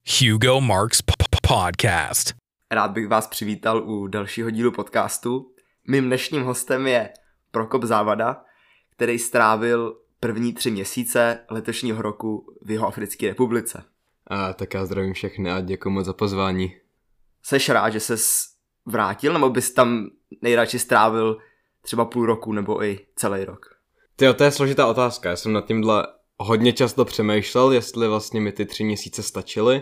Hugo Marks Podcast. Rád bych vás přivítal u dalšího dílu podcastu. Mým dnešním hostem je Prokop Závada, který strávil první 3 měsíce letošního roku v Jihoafrické republice. Tak já zdravím všechny a děkuji moc za pozvání. Seš rád, že ses vrátil, nebo bys tam nejradši strávil třeba půl roku nebo i celý rok? Tyjo, to je složitá otázka. Já jsem nad tímhle hodně často přemýšlel, jestli vlastně mi ty 3 měsíce stačily.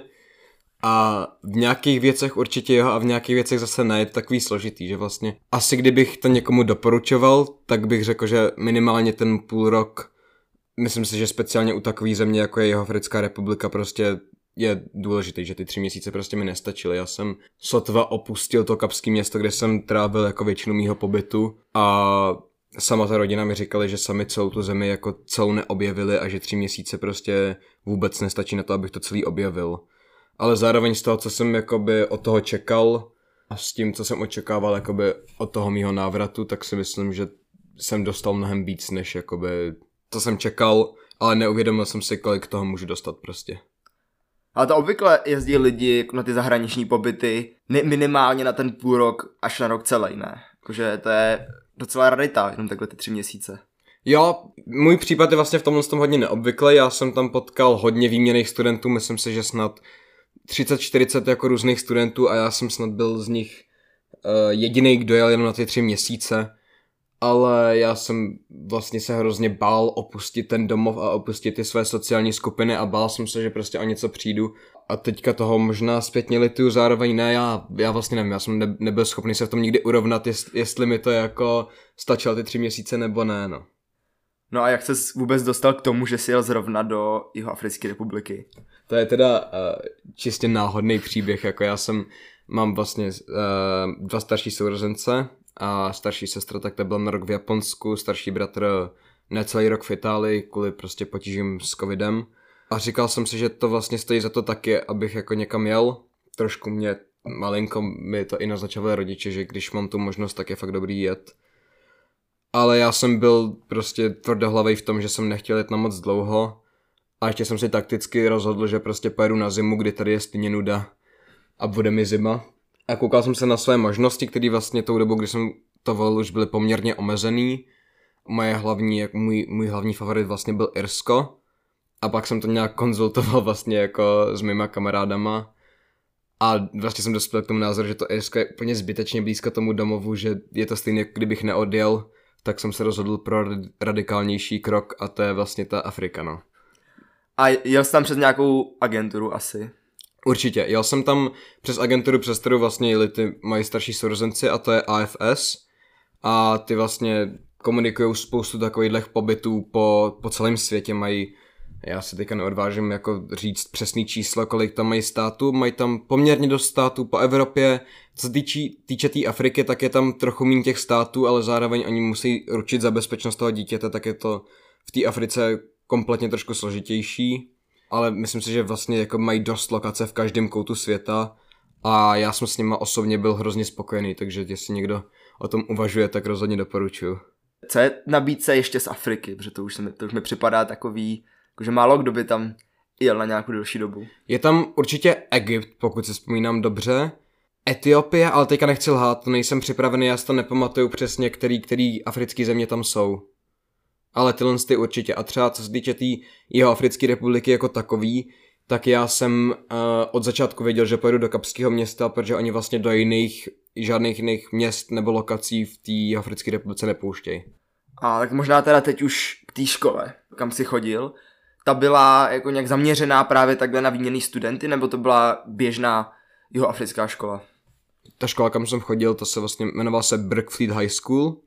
A v nějakých věcech určitě jo a v nějakých věcech zase ne, je to takový složitý, že vlastně asi kdybych to někomu doporučoval, tak bych řekl, že minimálně ten půl rok, myslím si, že speciálně u takový země, jako je Jihoafrická republika, prostě je důležitý, že ty 3 měsíce prostě mi nestačily. Já jsem sotva opustil to kapské město, kde jsem trávil jako většinu mýho pobytu a sama ta rodina mi říkali, že sami celou tu zemi jako celou neobjevili a že 3 měsíce prostě vůbec nestačí na to, abych to celý objevil. Ale zároveň z toho, co jsem jakoby od toho čekal a s tím, co jsem očekával jakoby od toho mýho návratu, tak si myslím, že jsem dostal mnohem víc, než jakoby co jsem čekal, ale neuvědomil jsem si, kolik toho můžu dostat prostě. Ale to obvykle jezdí lidi na ty zahraniční pobyty minimálně na ten půl rok až na rok celý, ne? Jakože to je docela rarita, jenom takhle ty 3 měsíce. Jo, můj případ je vlastně v tomhle tom hodně neobvyklý, já jsem tam potkal hodně výměnných studentů, myslím si, že snad 30-40 jako různých studentů a já jsem snad byl z nich jedinej, kdo jel jenom na ty 3 měsíce, ale já jsem vlastně se hrozně bál opustit ten domov a opustit ty své sociální skupiny a bál jsem se, že prostě o něco přijdu a teďka toho možná zpětně lituju, zároveň ne, já vlastně nevím, já jsem nebyl schopný se v tom nikdy urovnat, jestli mi to jako stačilo ty 3 měsíce nebo ne, no. No a jak ses vůbec dostal k tomu, že jsi jel zrovna do Jihoafrické republiky? To je teda čistě náhodný příběh, jako mám vlastně 2 starší sourozence a starší sestra, tak to byla na rok v Japonsku, starší bratr necelý rok v Itálii kvůli prostě potížím s covidem a říkal jsem si, že to vlastně stojí za to taky, abych jako někam jel, trošku malinko mi to i naznačovali rodiče, že když mám tu možnost, tak je fakt dobrý jet. Ale já jsem byl prostě tvrdohlavej v tom, že jsem nechtěl jet na moc dlouho a ještě jsem si takticky rozhodl, že prostě pojedu na zimu, kdy tady je stejně nuda a bude mi zima. A koukal jsem se na své možnosti, které vlastně tou dobou, kdy jsem to volil, už byly poměrně omezený. Můj hlavní favorit vlastně byl Irsko a pak jsem to nějak konzultoval vlastně jako s mýma kamarádama a vlastně jsem dospěl k tomu názoru, že to Irsko je úplně zbytečně blízko tomu domovu, že je to stejně, kdybych neodjel, tak jsem se rozhodl pro radikálnější krok a to je vlastně ta Afrika, no. A jel jsi tam přes nějakou agenturu asi? Určitě, jel jsem tam přes agenturu, přes kterou vlastně jeli ty moji starší sourozenci a to je AFS a ty vlastně komunikujou spoustu takových pobytů po celém světě, já si teďka neodvážím jako říct přesný číslo, kolik tam mají států, mají tam poměrně dost států po Evropě, co se týče té Afriky, tak je tam trochu méně těch států, ale zároveň oni musí ručit za bezpečnost toho dítěte, tak je to v té Africe kompletně trošku složitější, ale myslím si, že vlastně jako mají dost lokace v každém koutu světa a já jsem s nima osobně byl hrozně spokojený, takže jestli někdo o tom uvažuje, tak rozhodně doporučuju. Co je nabídce ještě z Afriky, protože to už mi připadá takový, že málo kdo by tam jel na nějakou delší dobu. Je tam určitě Egypt, pokud si vzpomínám dobře, Etiopie, ale teďka nechci lhát, to nejsem připravený, já si to nepamatuju přesně, který africký země tam jsou. Ale tyhle ty určitě. A třeba co se týče té Jihoafrické republiky jako takový, tak já jsem od začátku věděl, že pojedu do kapského města, protože oni vlastně do žádných jiných měst nebo lokací v té Jihoafrické republice nepouštějí. A tak možná teda teď už k té škole, kam jsi chodil, ta byla jako nějak zaměřená právě takhle na výměnný studenty, nebo to byla běžná jihoafrická škola? Ta škola, kam jsem chodil, to se vlastně jmenovala se Berkfleet High School,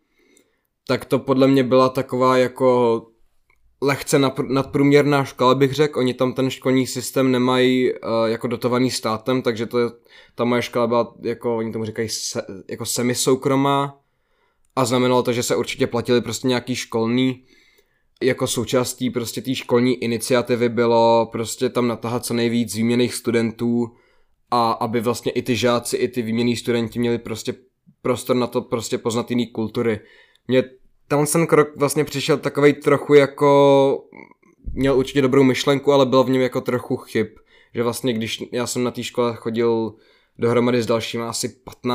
tak to podle mě byla taková jako lehce nadprůměrná škola, bych řekl. Oni tam ten školní systém nemají jako dotovaný státem, takže ta moje škola byla, jako oni tomu říkají, jako semisoukromá a znamenalo to, že se určitě platili prostě nějaký školní. Jako součástí prostě té školní iniciativy bylo prostě tam natáhat co nejvíc výměnných studentů a aby vlastně i ty žáci, i ty výměnní studenti měli prostě prostor na to prostě poznat jiný kultury. Mně ten krok vlastně přišel takovej trochu jako, měl určitě dobrou myšlenku, ale bylo v něm jako trochu chyb. že vlastně když já jsem na té škole chodil dohromady s dalšíma asi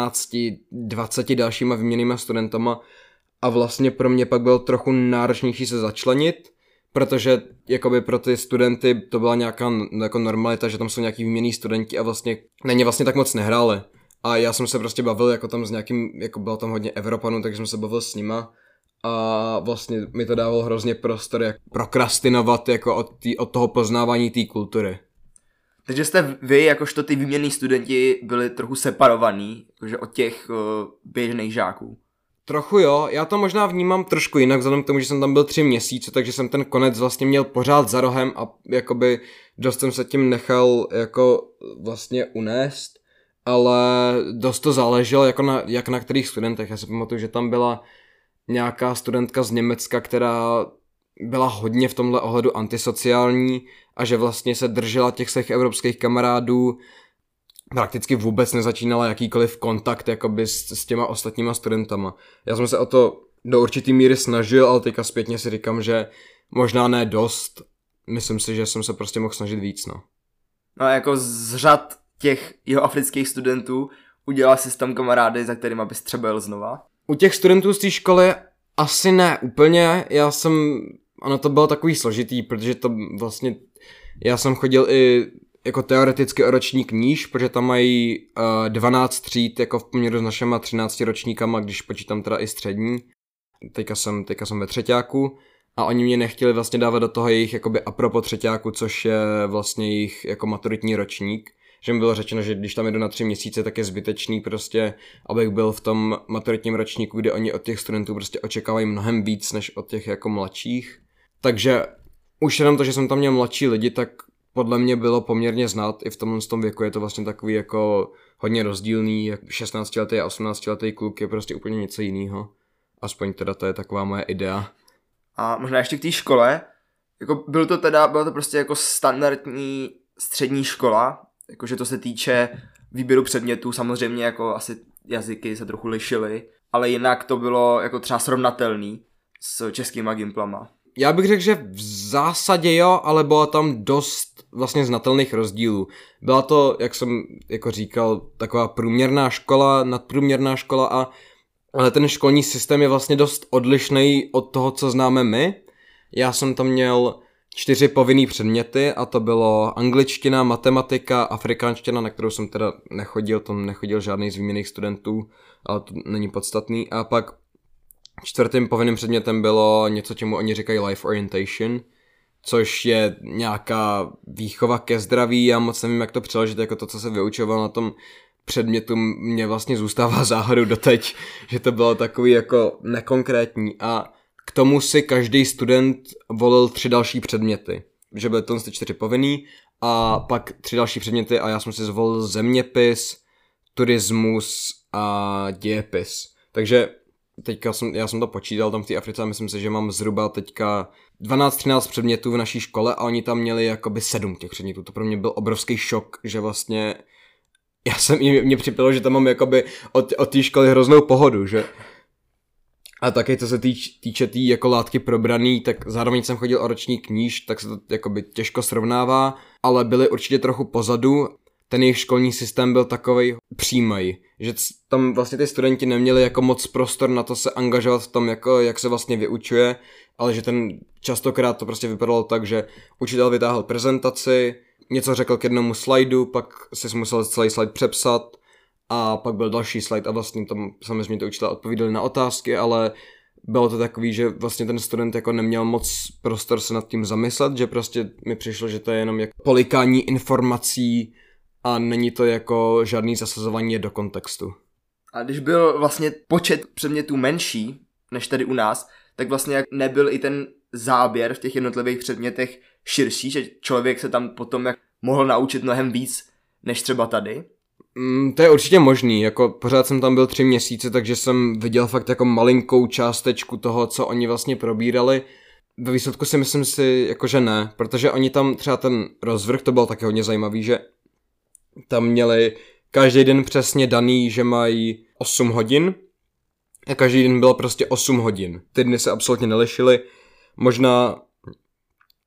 15-20 dalšíma vyměnnýma studentama a vlastně pro mě pak bylo trochu náročnější se začlenit, protože jakoby pro ty studenty to byla nějaká jako normalita, že tam jsou nějaký vyměnný studenti a vlastně na ně vlastně tak moc nehráli. A já jsem se prostě bavil jako tam s nějakým, jako bylo tam hodně Evropanů, takže jsem se bavil s nima a vlastně mi to dávalo hrozně prostor jak prokrastinovat jako od toho poznávání té kultury. Takže jste vy, jakožto ty výměnní studenti, byli trochu separovaní, jakože od těch běžných žáků. Trochu jo, já to možná vnímám trošku jinak, vzhledem k tomu, že jsem tam byl 3 měsíce, takže jsem ten konec vlastně měl pořád za rohem a jakoby dost jsem se tím nechal jako vlastně unést, ale dost to záleželo jako jak na kterých studentech. Já si pamatuju, že tam byla nějaká studentka z Německa, která byla hodně v tomhle ohledu antisociální a že vlastně se držela těch svých evropských kamarádů, prakticky vůbec nezačínala jakýkoliv kontakt jakoby s těma ostatníma studentama. Já jsem se o to do určitý míry snažil, ale teďka zpětně si říkám, že možná ne dost. Myslím si, že jsem se prostě mohl snažit víc, no. No a jako z řad těch jihoafrických studentů udělal jsi tam kamarády, za kterýma bys třeba jel znova? U těch studentů z té školy asi ne úplně. Ono to bylo takový složitý, protože to vlastně, já jsem chodil i jako teoreticky o ročník níž, protože tam mají 12 tříd jako v poměru s našima 13 ročníkama, když počítám teda i střední. Teďka jsem ve třeťáku a oni mě nechtěli vlastně dávat do toho jejich jakoby apropo třeťáku, což je vlastně jejich jako maturitní ročník. Že mi bylo řečeno, že když tam jdu na 3 měsíce, tak je zbytečný prostě, abych byl v tom maturitním ročníku, kde oni od těch studentů prostě očekávají mnohem víc, než od těch jako mladších. Takže už jenom to, že jsem tam měl mladší lidi, tak podle mě bylo poměrně znát, i v tomhle tom věku je to vlastně takový jako hodně rozdílný, jak 16letý a 18letý kluk je prostě úplně něco jiného. Aspoň teda to je taková moje idea. A možná ještě k té škole, jako bylo to prostě jako standardní střední škola, jakože to se týče výběru předmětů, samozřejmě jako asi jazyky se trochu lišily, ale jinak to bylo jako třeba srovnatelný s českýma gimplama. Já bych řekl, že v zásadě jo, ale bylo tam dost vlastně znatelných rozdílů. Byla to, jak jsem jako říkal, taková průměrná škola, nadprůměrná škola ale ten školní systém je vlastně dost odlišný od toho, co známe my. Já jsem tam měl 4 povinný předměty a to bylo angličtina, matematika, afrikánština, na kterou jsem teda nechodil, tam nechodil žádný z výměnných studentů, ale to není podstatný. A pak 4. povinným předmětem bylo něco, čemu oni říkají life orientation, což je nějaká výchova ke zdraví, já moc nevím, jak to přeložit, jako to, co se vyučoval na tom předmětu, mě vlastně zůstává záhadou doteď, že to bylo takový jako nekonkrétní a k tomu si každý student volil 3 další předměty, že byly to 4 povinný a pak 3 další předměty a já jsem si zvolil zeměpis, turismus a dějepis. Takže teďka já jsem to počítal tam v té Africe a myslím si, že mám zhruba teďka 12-13 předmětů v naší škole a oni tam měli jakoby 7 těch předmětů. To pro mě byl obrovský šok, že vlastně mě připadalo, že tam mám jakoby od té školy hroznou pohodu, že. A taky co se týče té jako látky probraný, tak zároveň jsem chodil o ročník níž, tak se to jakoby těžko srovnává, ale byli určitě trochu pozadu. Ten jejich školní systém byl takovej přijímají, že tam vlastně ty studenti neměli jako moc prostor na to se angažovat v tom, jako jak se vlastně vyučuje, ale že častokrát to prostě vypadalo tak, že učitel vytáhl prezentaci, něco řekl k jednomu slajdu, pak si musel celý slide přepsat a pak byl další slide a vlastně tam samozřejmě to učitelé odpovídali na otázky, ale bylo to takový, že vlastně ten student jako neměl moc prostor se nad tím zamyslet, že prostě mi přišlo, že to je jenom jako polikání informací a není to jako žádný zasazování do kontextu. A když byl vlastně počet předmětů menší než tady u nás, tak vlastně nebyl i ten záběr v těch jednotlivých předmětech širší, že člověk se tam potom mohl naučit mnohem víc než třeba tady? To je určitě možný, jako pořád jsem tam byl 3 měsíce, takže jsem viděl fakt jako malinkou částečku toho, co oni vlastně probírali. Ve výsledku si myslím si, jako že ne, protože oni tam třeba ten rozvrh, to bylo taky hodně zajímavý, že tam měli každý den přesně daný, že mají 8 hodin a každý den bylo prostě 8 hodin. Ty dny se absolutně nelišily, možná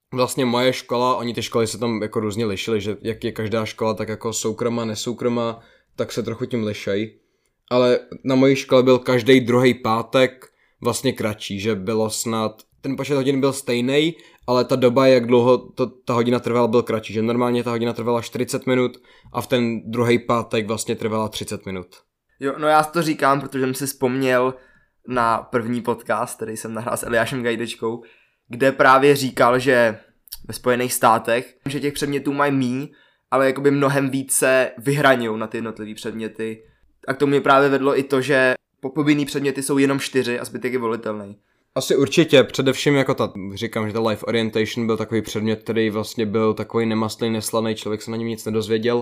vlastně moje škola, oni ty školy se tam jako různě lišily, že jak je každá škola tak jako soukromá, nesoukromá, tak se trochu tím lišej. Ale na mojí škole byl každý druhý pátek vlastně kratší, že bylo snad, ten počet hodin byl stejný, ale ta doba, jak dlouho ta hodina trvala, byl kratší, že normálně ta hodina trvala 40 minut a v ten druhý pátek vlastně trvala 30 minut. Jo, no já to říkám, protože jsem si vzpomněl na první podcast, který jsem nahrál s Eliášem Gajdečkou, kde právě říkal, že ve Spojených státech, že těch předmětů mají míň, ale jakoby mnohem více vyhraňují na ty jednotlivý předměty. A k tomu mě právě vedlo i to, že povinný předměty jsou jenom 4 a zbytek je volitelný. Asi určitě, především jako říkám, že ta life orientation byl takový předmět, který vlastně byl takový nemastný, neslaný, člověk se na něm nic nedozvěděl.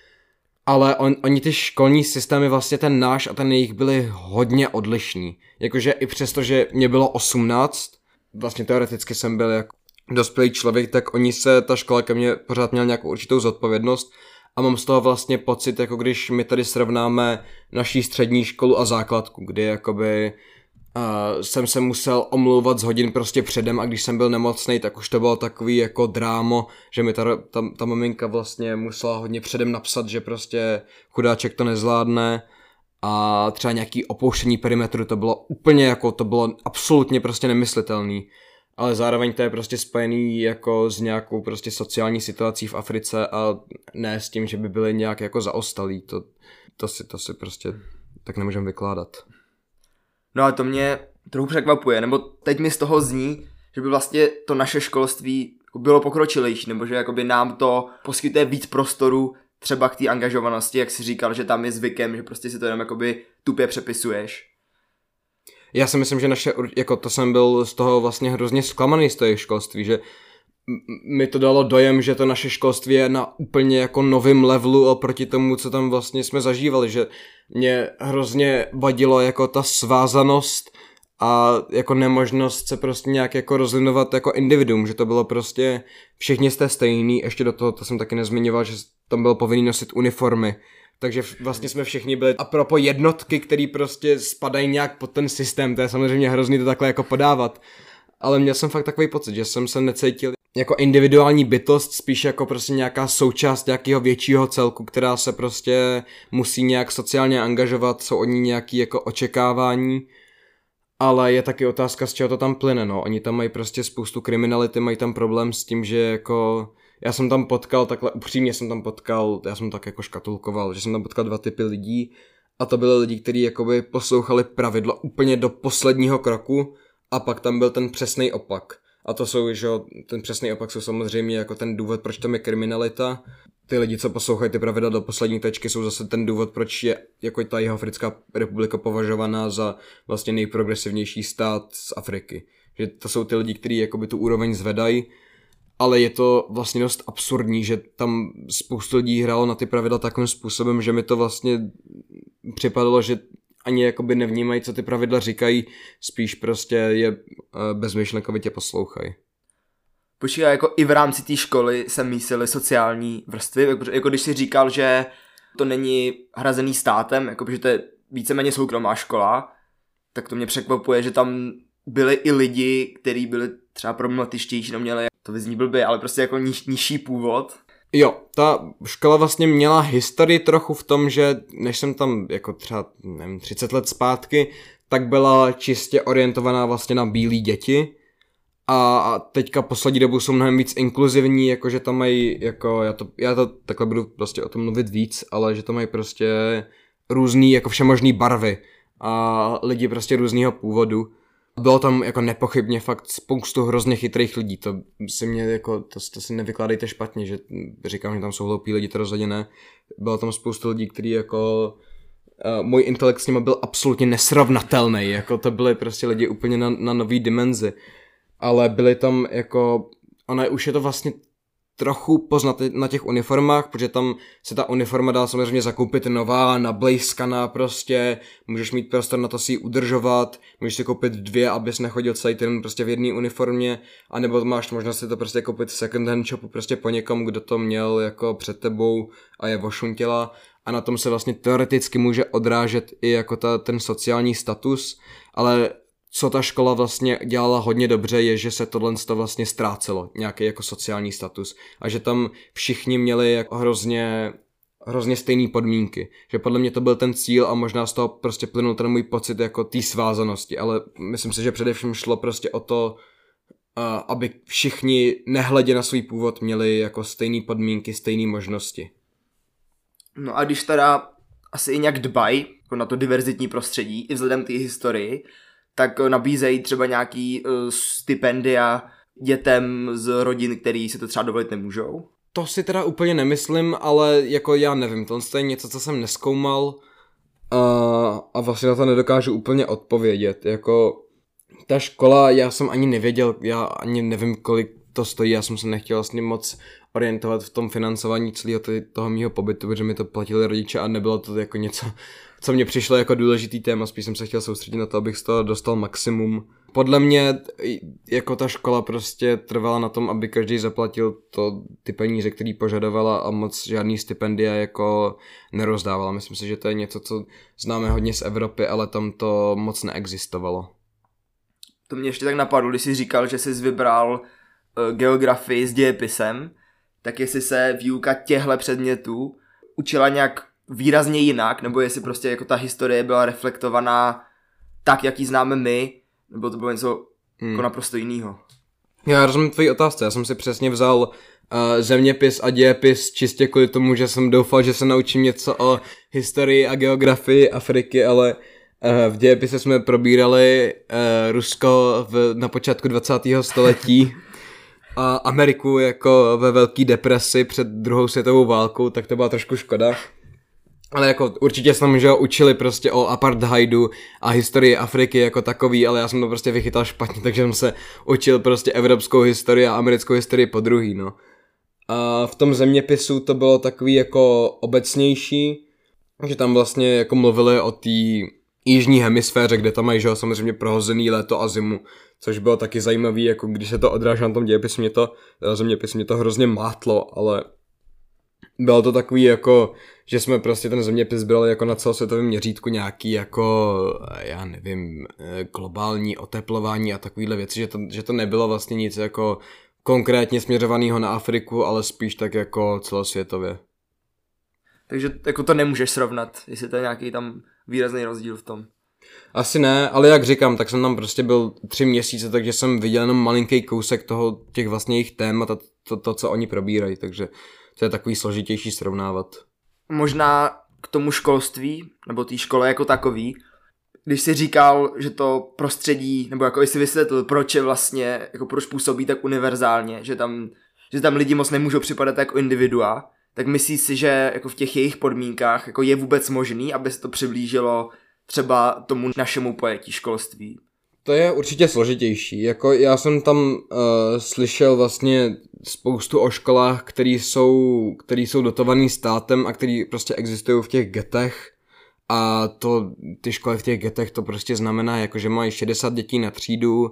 Ale oni ty školní systémy, vlastně ten náš a ten jejich byly hodně odlišní. Jakože i přesto, že mě bylo 18, vlastně teoreticky jsem byl jako dospělý člověk, tak ta škola ke mně pořád měla nějakou určitou zodpovědnost a mám z toho vlastně pocit, jako když my tady srovnáme naší střední školu a základku, kdy jakoby jsem se musel omlouvat z hodin prostě předem a když jsem byl nemocnej, tak už to bylo takový jako drámo, že mi ta maminka vlastně musela hodně předem napsat, že prostě chudáček to nezvládne a třeba nějaký opouštění perimetru, to bylo úplně jako, to bylo absolutně prostě nemyslitelný. Ale zároveň to je prostě spojený jako s nějakou prostě sociální situací v Africe a ne s tím, že by byli nějak jako zaostalí. To si prostě tak nemůžeme vykládat. No a to mě trochu překvapuje, nebo teď mi z toho zní, že by vlastně to naše školství bylo pokročilejší, nebo že jakoby nám to poskytuje víc prostoru třeba k té angažovanosti, jak jsi říkal, že tam je zvykem, že prostě si to jenom jakoby tupě přepisuješ. Já si myslím, že jako to jsem byl z toho vlastně hrozně zklamaný z toho školství, že mi to dalo dojem, že to naše školství je na úplně jako novém levelu oproti tomu, co tam vlastně jsme zažívali, že mě hrozně vadilo jako ta svázanost a jako nemožnost se prostě nějak jako rozvinovat jako individuum, že to bylo prostě všichni jste stejný, ještě do toho, to jsem taky nezmiňoval, že tam bylo povinný nosit uniformy. Takže vlastně jsme všichni byli apropo jednotky, který prostě spadají nějak pod ten systém, to je samozřejmě hrozný to takhle jako podávat. Ale měl jsem fakt takový pocit, že jsem se necítil jako individuální bytost, spíš jako prostě nějaká součást nějakého většího celku, která se prostě musí nějak sociálně angažovat, jsou od ní nějaké jako očekávání. Ale je taky otázka, z čeho to tam plyne, no. Oni tam mají prostě spoustu kriminality, mají tam problém s tím, že jako... Já jsem tam potkal, takhle upřímně já jsem tak jako škatulkoval, že jsem tam potkal 2 typy lidí a to byly lidi, kteří jakoby poslouchali pravidla úplně do posledního kroku a pak tam byl ten přesný opak. A to jsou, že ten přesný opak jsou samozřejmě jako ten důvod, proč tam je kriminalita. Ty lidi, co poslouchají ty pravidla do poslední tečky, jsou zase ten důvod, proč je jako ta Jihoafrická republika považovaná za vlastně nejprogresivnější stát z Afriky. Že to jsou ty lidi, kteří jakoby tu úroveň zvedají. Ale je to vlastně dost absurdní, že tam spoustu lidí hrálo na ty pravidla takovým způsobem, že mi to vlastně připadalo, že ani jakoby nevnímají, co ty pravidla říkají, spíš prostě je bezmyšlenkovitě poslouchají. Počkej, jako i v rámci té školy se mísily sociální vrstvy, jako když jsi říkal, že to není hrazený státem, jako že to je víceméně soukromá škola, tak to mě překvapuje, že tam byli i lidi, kteří byli třeba problematičtější, no měli, to vyzní blbě, ale prostě jako nižší původ. Jo, ta škola vlastně měla historii trochu v tom, že než jsem tam jako třeba, nevím, 30 let zpátky, tak byla čistě orientovaná vlastně na bílý děti a teďka poslední dobu jsou mnohem víc inkluzivní, jakože tam mají, jako já to takhle budu prostě o tom mluvit víc, ale že tam mají prostě různý, jako všemožný barvy a lidi prostě různýho původu. Bylo tam jako nepochybně fakt spoustu hrozně chytrých lidí, to si mě jako, to si nevykládejte špatně, že říkám, že tam jsou hloupí lidi, to rozhodně ne. Bylo tam spoustu lidí, kteří jako, můj intelekt s nimi byl absolutně nesrovnatelný, jako to byly prostě lidi úplně na nový dimenzi. Ale byli tam jako, ono už je to vlastně trochu poznat na těch uniformách, protože tam se ta uniforma dá samozřejmě zakoupit nová, nablejskaná prostě, můžeš mít prostor na to si ji udržovat, můžeš si koupit 2, abys nechodil celý týden prostě v jedné uniformě, anebo máš možnost si to prostě koupit v second hand shopu prostě po někom, kdo to měl jako před tebou a je vošuntěla a na tom se vlastně teoreticky může odrážet i jako ten sociální status, ale co ta škola vlastně dělala hodně dobře, je, že se tohle vlastně ztrácelo, nějaký jako sociální status. A že tam všichni měli jako hrozně stejné podmínky. Že podle mě to byl ten cíl a možná z toho prostě plynul ten můj pocit jako té svázanosti. Ale myslím si, že především šlo prostě o to, aby všichni nehledě na svůj původ měli jako stejné podmínky, stejné možnosti. No a když teda asi i nějak dbají jako na to diverzitní prostředí, i vzhledem k té historii, tak nabízejí třeba nějaký stipendia dětem z rodin, který si to třeba dovolit nemůžou. To si teda úplně nemyslím, ale jako já nevím, to je něco, co jsem nezkoumal a vlastně na to nedokážu úplně odpovědět. Jako ta škola, já jsem ani nevěděl, já ani nevím, kolik to stojí, já jsem se nechtěl vlastně moc orientovat v tom financování celého toho mýho pobytu, protože mi to platili rodiče a nebylo to jako něco, co mě přišlo jako důležitý téma, spíš jsem se chtěl soustředit na to, abych z toho dostal maximum. Podle mě jako ta škola prostě trvala na tom, aby každý zaplatil ty peníze, který požadovala a moc žádný stipendia jako nerozdávala. Myslím si, že to je něco, co známe hodně z Evropy, ale tam to moc neexistovalo. To mě ještě tak napadlo, když jsi říkal, že jsi vybral geografii s dějepisem, tak jestli se výuka těchto předmětů učila nějak výrazně jinak, nebo jestli prostě jako ta historie byla reflektovaná tak, jak ji známe my, nebo to bylo něco jako naprosto jiného. Já rozumím tvoji otázce, já jsem si přesně vzal zeměpis a dějepis čistě kvůli tomu, že jsem doufal, že se naučím něco o historii a geografii Afriky, ale v dějepise jsme probírali Rusko na počátku 20. století a Ameriku jako ve velké depresi před druhou světovou válkou, tak to byla trošku škoda. Ale jako určitě jsme že učili prostě o apartheidu a historii Afriky jako takový, ale já jsem to prostě vychytal špatně, takže jsem se učil prostě evropskou historii a americkou historii po druhý, no. A v tom zeměpisu to bylo takový jako obecnější, že tam vlastně jako mluvili o té jižní hemisféře, kde tam mají že samozřejmě prohozený léto a zimu, což bylo taky zajímavý, jako když se to odráží na tom dějepisu, zeměpisu mě to hrozně mátlo, ale bylo to takový jako, že jsme prostě ten zeměpis brali jako na celosvětovém měřítku nějaký jako, já nevím, globální oteplování a takovýhle věci, že to nebylo vlastně nic jako konkrétně směřovaného na Afriku, ale spíš tak jako celosvětově. Takže jako to nemůžeš srovnat, jestli to je nějaký tam výrazný rozdíl v tom. Asi ne, ale jak říkám, tak jsem tam prostě byl 3 měsíce, takže jsem viděl jenom malinký kousek těch vlastně jejich témat a to, co oni probírají, takže to je takový složitější srovnávat. Možná k tomu školství, nebo té škole jako takový, když jsi říkal, že to prostředí, nebo jako jestli vysvětlil, proč je vlastně, jako proč působí tak univerzálně, že tam lidi moc nemůžou připadat jako individua, tak myslíš si, že jako v těch jejich podmínkách jako je vůbec možný, aby se to přiblížilo třeba tomu našemu pojetí školství? To je určitě složitější. Jako já jsem tam slyšel vlastně spoustu o školách, které jsou dotovaný státem a které prostě existují v těch getech. A ty školy v těch getech to prostě znamená, jako že mají 60 dětí na třídu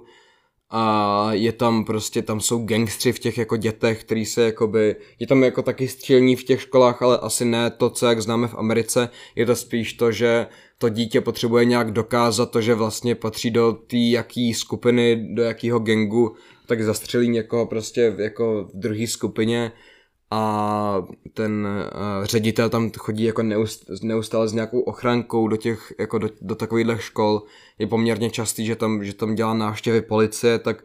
a je tam prostě, tam jsou gangstři v těch jako dětech, který se jakoby, je tam jako taky střelní v těch školách, ale asi ne to, co jak známe v Americe, je to spíš to, že to dítě potřebuje nějak dokázat to, že vlastně patří do té jaký skupiny, do jakého gangu, tak zastřelí někoho prostě jako v druhé skupině a ten ředitel tam chodí jako neustále s nějakou ochrankou do těch, jako do takovýchhle škol. Je poměrně častý, že tam dělá návštěvy policie, tak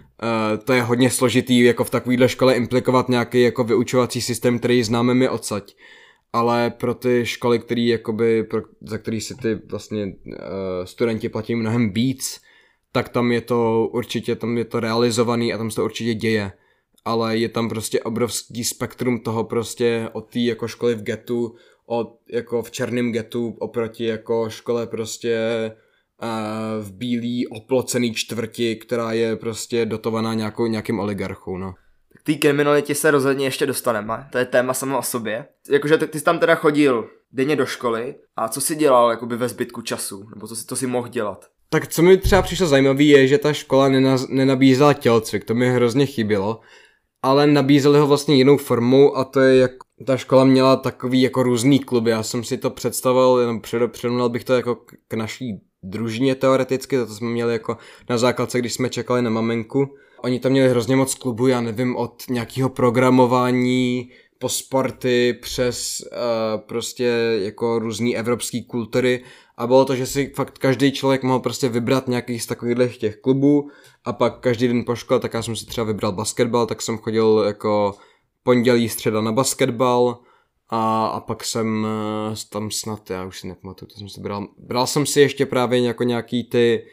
to je hodně složitý jako v takovýhle škole implikovat nějaký jako vyučovací systém, který známe my odsaď. Ale pro ty školy, za který si ty vlastně studenti platí mnohem víc, tak tam je to realizovaný a tam se to určitě děje. Ale je tam prostě obrovský spektrum toho prostě od té jako školy v getu, jako v černém getu oproti jako škole prostě v bílý oplocený čtvrti, která je prostě dotovaná nějakým oligarchou, no. K té kriminalitě se rozhodně ještě dostaneme, to je téma samo o sobě. Jakože ty jsi tam teda chodil denně do školy a co jsi dělal jakoby ve zbytku času, nebo co jsi mohl dělat? Tak co mi třeba přišlo zajímavé je, že ta škola nenabízela tělocvik, to mi hrozně chybělo, ale nabízeli ho vlastně jinou formou a to je jak ta škola měla takový jako různý kluby, já jsem si to představoval, jenom přirovnal bych to jako k naší družině teoreticky, to jsme měli jako na základce, když jsme čekali na maminku. Oni tam měli hrozně moc klubů, já nevím, od nějakého programování po sporty přes prostě jako různý evropský kultury a bylo to, že si fakt každý člověk mohl prostě vybrat nějaký z takových těch klubů a pak každý den po škole, tak já jsem si třeba vybral basketbal, tak jsem chodil jako pondělí, středa na basketbal a pak jsem tam snad, já už si nepamatuju, to jsem si bral jsem si ještě právě jako nějaký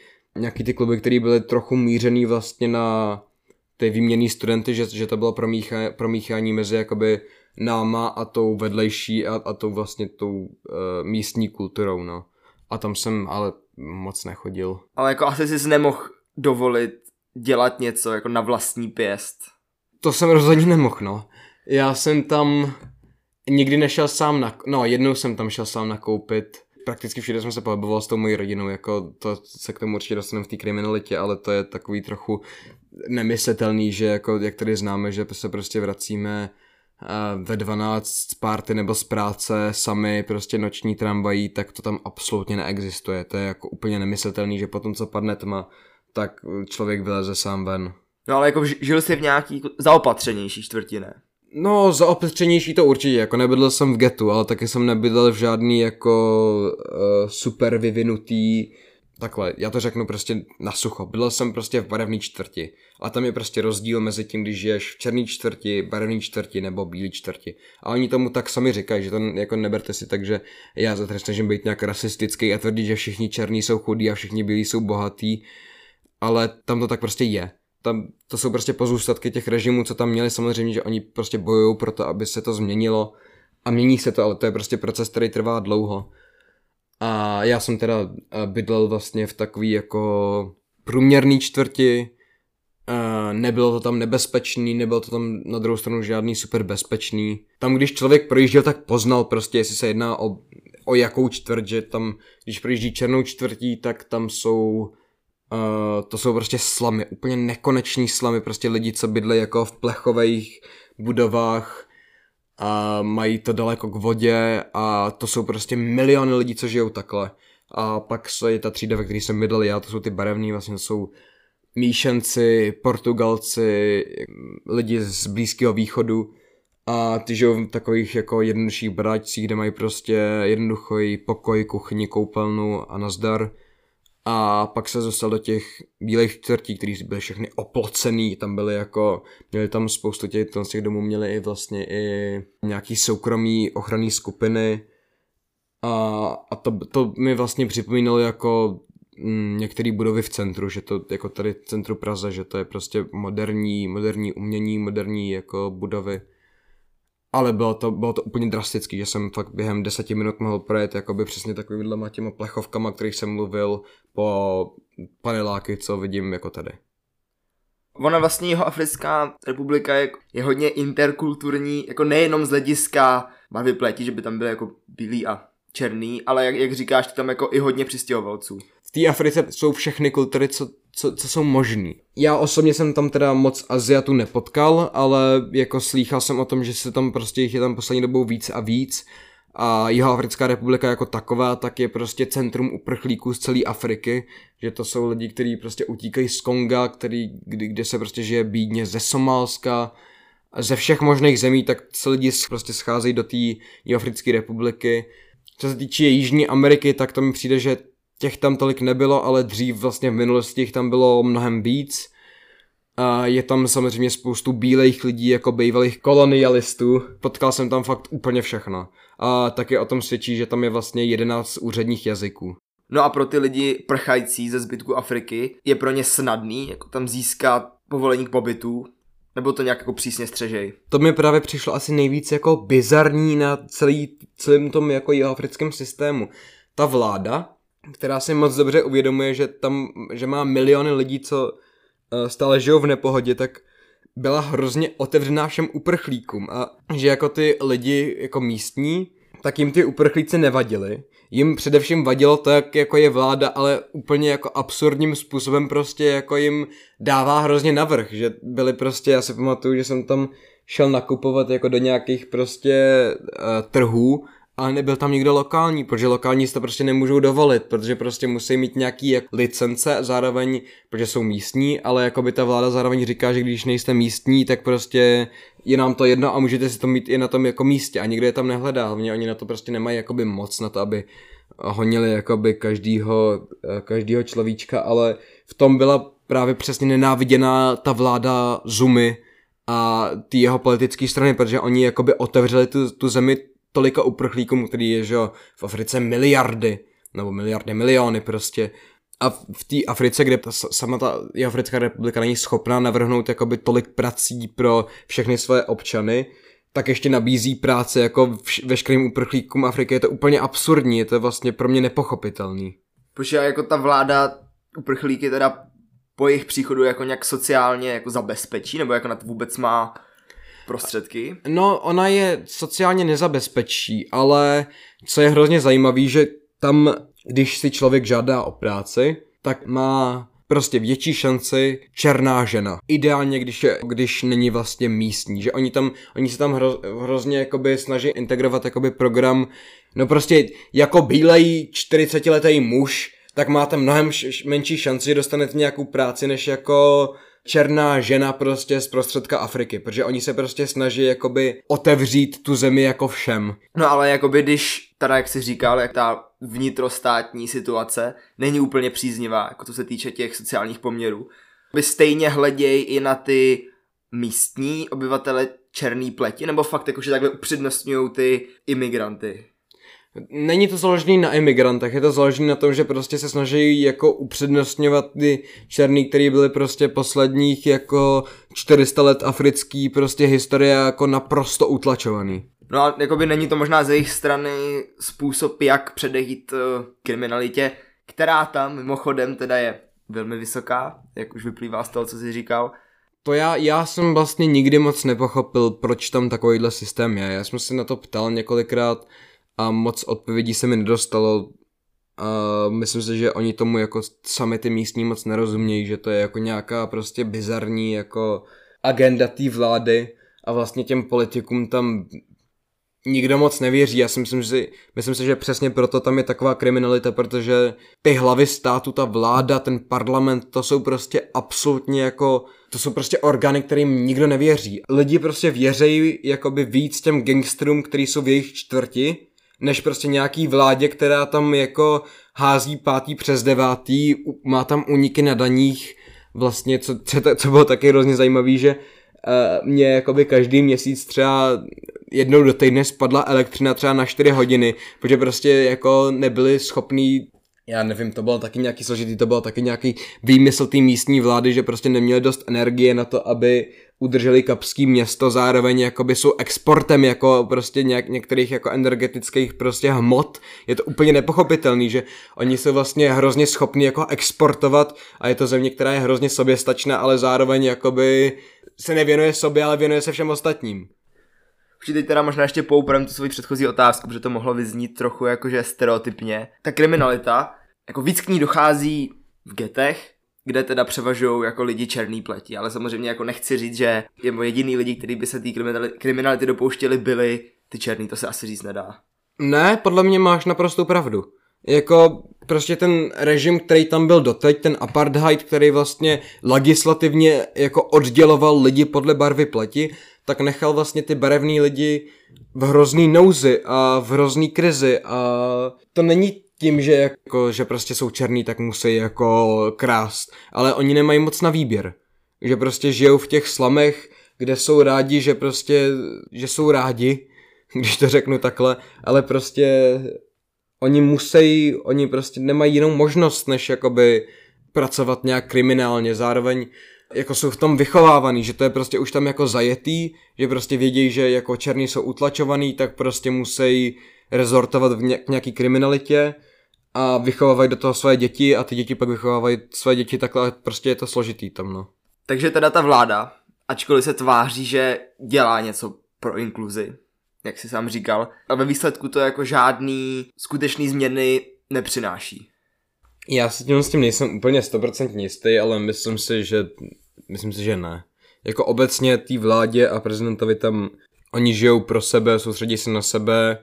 ty kluby, které byly trochu mířený vlastně na ty výměnný studenty, že to bylo promíchání mezi jakoby náma a tou vedlejší a tou vlastně tou místní kulturou, no. A tam jsem ale moc nechodil. Ale jako asi jsi nemohl dovolit dělat něco jako na vlastní pěst. To jsem rozhodně nemohl, no. Já jsem tam nikdy nešel sám jednou jsem tam šel sám nakoupit. Prakticky všude jsem se pohyboval s tou mojí rodinou, jako to se k tomu určitě dostaneme v té kriminalitě, ale to je takový trochu nemyslitelný, že jako, jak tady známe, že se prostě vracíme ve 12 z party nebo z práce sami, prostě noční tramvají, tak to tam absolutně neexistuje. To je jako úplně nemyslitelný, že potom, co padne tma, tak člověk vyleze sám ven. No ale jako žil jsi v nějaký zaopatřenější čtvrtině. No, zaopatřenější to určitě, jako nebydlel jsem v getu, ale taky jsem nebydlel v žádný jako super vyvinutý, takhle, já to řeknu prostě na sucho, bydlel jsem prostě v barevné čtvrti a tam je prostě rozdíl mezi tím, když žiješ v černé čtvrti, barevné čtvrti nebo bílé čtvrti. A oni tomu tak sami říkají, že to jako neberte si tak, že já se tady snažím být nějak rasistický a tvrdit, že všichni černí jsou chudí a všichni bílí jsou bohatý, ale tam to tak prostě je. Tam to jsou prostě pozůstatky těch režimů, co tam měli, samozřejmě, že oni prostě bojují pro to, aby se to změnilo a mění se to, ale to je prostě proces, který trvá dlouho. A já jsem teda bydlel vlastně v takový jako průměrný čtvrti, nebylo to tam nebezpečný, nebylo to tam na druhou stranu žádný super bezpečný. Tam, když člověk projížděl, tak poznal prostě, jestli se jedná o jakou čtvrt, že tam, když projíždí černou čtvrtí, tak tam jsou to jsou prostě slamy, úplně nekoneční slamy, prostě lidi, co bydlí jako v plechových budovách a mají to daleko k vodě a to jsou prostě miliony lidí, co žijou takhle. A pak je ta třída, ve které jsem bydlel já, to jsou ty barevní, vlastně to jsou míšenci, Portugalci, lidi z Blízkého východu a ty žijou v takových jako jednodušších baráčcích, kde mají prostě jednoduchý pokoj, kuchyni, koupelnu a nazdar. A pak se dostal do těch bílých čtvrtí, který byly všechny oplocený, tam byly jako, měli tam spoustu těch domů, měli i vlastně i nějaký soukromý ochranný skupiny a to mi vlastně připomínalo jako některé budovy v centru, že to jako tady v centru Praze, že to je prostě moderní umění, moderní jako budovy. Ale bylo to úplně drastický, že jsem fakt během 10 minut mohl projet jakoby přesně takovýhlema těma plechovkama, kterých jsem mluvil, po paneláky, co vidím jako tady. Ona vlastně Jihoafrická republika je hodně interkulturní, jako nejenom z hlediska barvy pleti, že by tam byly jako bílý a černý, ale jak říkáš, tam jako i hodně přistěhovalců. V té Africe jsou všechny kultury, co jsou možný. Já osobně jsem tam teda moc Aziatů nepotkal, ale jako slýchal jsem o tom, že se tam prostě jich je tam poslední dobou víc a víc. A Jihoafrická republika jako taková, tak je prostě centrum uprchlíků z celé Afriky, že to jsou lidi, kteří prostě utíkají z Konga, kde se prostě žije bídně, ze Somálska, ze všech možných zemí, tak se lidi prostě scházejí do té Jihoafrické republiky. Co se týče Jižní Ameriky, tak to mi přijde, že těch tam tolik nebylo, ale dřív vlastně v minulosti jich tam bylo mnohem víc. Je tam samozřejmě spoustu bílejch lidí jako bývalých kolonialistů. Potkal jsem tam fakt úplně všechno. A taky o tom svědčí, že tam je vlastně 11 úředních jazyků. No a pro ty lidi prchající ze zbytku Afriky je pro ně snadný jako tam získat povolení k pobytu? Nebo to nějak jako přísně střežej? To mi právě přišlo asi nejvíc jako bizarní na celém tom jako jihoafrickém systému. Ta vláda, která si moc dobře uvědomuje, že má miliony lidí, co stále žijou v nepohodě, tak byla hrozně otevřená všem uprchlíkům a že jako ty lidi jako místní, tak jim ty uprchlíci nevadili. Jim především vadilo to, jak jako je vláda, ale úplně jako absurdním způsobem prostě jako jim dává hrozně navrch, že byli prostě, já si pamatuju, že jsem tam šel nakupovat jako do nějakých prostě trhů ale nebyl tam nikdo lokální, protože lokální si to prostě nemůžou dovolit, protože prostě musí mít nějaký licence zároveň, protože jsou místní, ale jakoby ta vláda zároveň říká, že když nejste místní, tak prostě je nám to jedno a můžete si to mít i na tom jako místě a nikdo je tam nehledá, hlavně oni na to prostě nemají jakoby moc na to, aby honili jakoby každýho človíčka, ale v tom byla právě přesně nenáviděná ta vláda Zumy a ty jeho politické strany, protože oni jakoby otevřeli tu zemi tolika uprchlíkům, který je, že jo, v Africe miliony prostě. A v té Africe, kde sama ta Africká republika není schopná navrhnout jakoby tolik prací pro všechny své občany, tak ještě nabízí práce jako veškerým uprchlíkům Afriky. Je to úplně absurdní, je to vlastně pro mě nepochopitelný. Protože jako ta vláda uprchlíky teda po jejich příchodu jako nějak sociálně jako zabezpečí, nebo jako na to vůbec má prostředky? No, ona je sociálně nezabezpečí, ale co je hrozně zajímavý, že tam, když si člověk žádá o práci, tak má prostě větší šanci černá žena. Ideálně, když není vlastně místní, že oni se tam hrozně jakoby snaží integrovat jakoby program, no prostě jako bílej 40letý muž, tak máte mnohem menší šanci, že dostanete nějakou práci, než jako černá žena prostě z prostředka Afriky, protože oni se prostě snaží jakoby otevřít tu zemi jako všem. No ale jakoby když, teda jak jsi říkal, jak ta vnitrostátní situace není úplně příznivá, jako to se týče těch sociálních poměrů, by stejně hleděj i na ty místní obyvatele černý pleti, nebo fakt jakože takhle upřednostňují ty imigranty? Není to založený na imigrantech, je to založený na tom, že prostě se snaží jako upřednostňovat ty černý, který byly prostě posledních jako 400 let africký prostě historie jako naprosto utlačovaný. No a jakoby není to možná z jejich strany způsob, jak předejít kriminalitě, která tam mimochodem teda je velmi vysoká, jak už vyplývá z toho, co jsi říkal. To já jsem vlastně nikdy moc nepochopil, proč tam takovýhle systém je. Já jsem se na to ptal několikrát a moc odpovědí se mi nedostalo. A myslím si, že oni tomu jako sami ty místní moc nerozumějí, že to je jako nějaká prostě bizarní jako agenda té vlády a vlastně těm politikům tam nikdo moc nevěří. Já si myslím si, že přesně proto tam je taková kriminalita, protože ty hlavy státu, ta vláda, ten parlament, to jsou prostě absolutně jako, to jsou prostě orgány, kterým nikdo nevěří. Lidi prostě věří jakoby víc těm gangsterům, který jsou v jejich čtvrti, než prostě nějaký vládě, která tam jako hází 5. přes 9, má tam úniky na daních, vlastně, co bylo taky hrozně zajímavý, že mě jakoby každý měsíc třeba jednou do týdne spadla elektřina třeba na 4 hodiny, protože prostě jako nebyli schopní, já nevím, to bylo taky nějaký složitý, to bylo taky nějaký výmysl té místní vlády, že prostě neměli dost energie na to, aby udrželi Kapský město, zároveň jakoby jsou exportem jako prostě některých jako energetických prostě hmot. Je to úplně nepochopitelný, že oni jsou vlastně hrozně schopní jako exportovat a je to země, která je hrozně soběstačná, ale zároveň jakoby se nevěnuje sobě, ale věnuje se všem ostatním. Už teď teda možná ještě poupravím tu svoji předchozí otázku, protože to mohlo vyznít trochu jakože stereotypně. Ta kriminalita, jako víc k ní dochází v getech, kde teda převažují jako lidi černý pleti, ale samozřejmě jako nechci říct, že jediný lidi, kteří by se té kriminality dopouštěli, byli ty černý, to se asi říct nedá. Ne, podle mě máš naprostou pravdu. Jako prostě ten režim, který tam byl doteď, ten apartheid, který vlastně legislativně jako odděloval lidi podle barvy pleti, tak nechal vlastně ty barevný lidi v hrozný nouzi a v hrozný krizi a to není tím, že prostě jsou černý, tak musí jako krást, ale oni nemají moc na výběr. Že prostě žijou v těch slamech, kde jsou rádi, že jsou rádi, když to řeknu takhle, ale prostě oni prostě nemají jinou možnost, než jakoby pracovat nějak kriminálně, zároveň jako jsou v tom vychovávaný, že to je prostě už tam jako zajetý, že prostě vědějí, že jako černí jsou utlačovaný, tak prostě musí rezortovat k nějaký kriminalitě a vychovávají do toho své děti a ty děti pak vychovávají své děti takhle, prostě je to složitý tam, no. Takže teda ta vláda, ačkoliv se tváří, že dělá něco pro inkluzi, jak jsi sám říkal, a ve výsledku to jako žádný skutečný změny nepřináší. Já si s tím nejsem úplně 100% jistý, ale myslím si, že ne. Jako obecně té vládě a prezidentovi tam, oni žijou pro sebe, soustředí se na sebe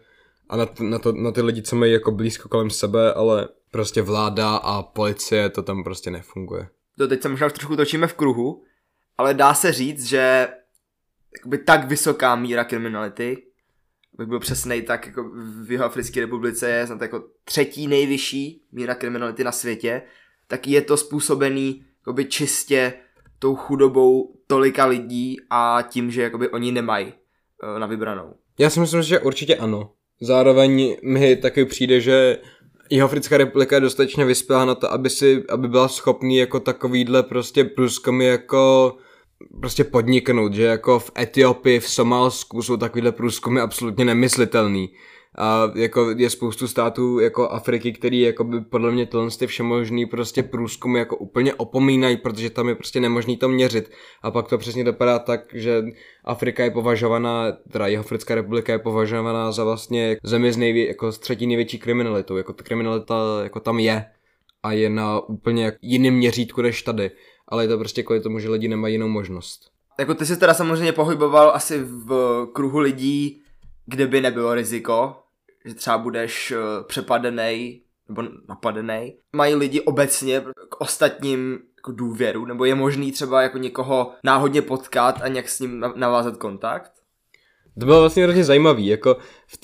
a na ty lidi, co mají jako blízko kolem sebe, ale prostě vláda a policie, to tam prostě nefunguje. To teď se možná už trošku točíme v kruhu, ale dá se říct, že jakoby tak vysoká míra kriminality, bych byl přesnej, tak jako v Jihoafrické republice je snad jako 3. nejvyšší míra kriminality na světě, tak je to způsobený jakoby čistě tou chudobou tolika lidí a tím, že jakoby oni nemají na vybranou. Já si myslím, že určitě ano. Zároveň mi taky přijde, že Jihoafrická republika je dostatečně vyspělá na to, aby byla schopný jako takovýhle prostě průzkumy jako prostě podniknout, že jako v Etiopii, v Somálsku jsou takovýhle průzkumy absolutně nemyslitelný. A jako je spoustu států jako Afriky, který jako by podle mě ty všemožný prostě průzkumy jako úplně opomínají, protože tam je prostě nemožný to měřit. A pak to přesně dopadá tak, že Afrika je považovaná, teda Jihoafrická republika je považovaná za vlastně zemi s 3. největší kriminalitou. Jako ta kriminalita jako tam je a je na úplně jiném měřítku než tady. Ale je to prostě kvůli tomu, že lidi nemají jinou možnost. Jako ty jsi teda samozřejmě pohyboval asi v kruhu lidí, kde by nebylo riziko, že třeba budeš přepadenej nebo napadenej. Mají lidi obecně k ostatním jako důvěru, nebo je možný třeba jako někoho náhodně potkat a nějak s ním navázat kontakt? To bylo vlastně hrozně zajímavý, jako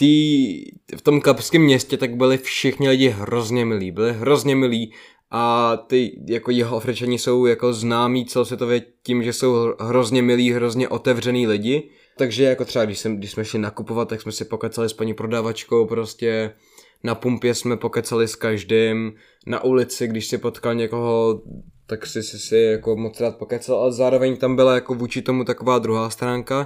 v tom kapském městě tak byli všichni lidi hrozně milí a ty jako Jihoafričani jsou jako známí celosvětově tím, že jsou hrozně milí, hrozně otevřený lidi. Takže jako třeba když jsme šli nakupovat, tak jsme si pokecali s paní prodavačkou, prostě na pumpě jsme pokecali s každým, na ulici, když si potkal někoho, tak si jako moc rád pokecal, ale zároveň tam byla jako vůči tomu taková druhá stránka,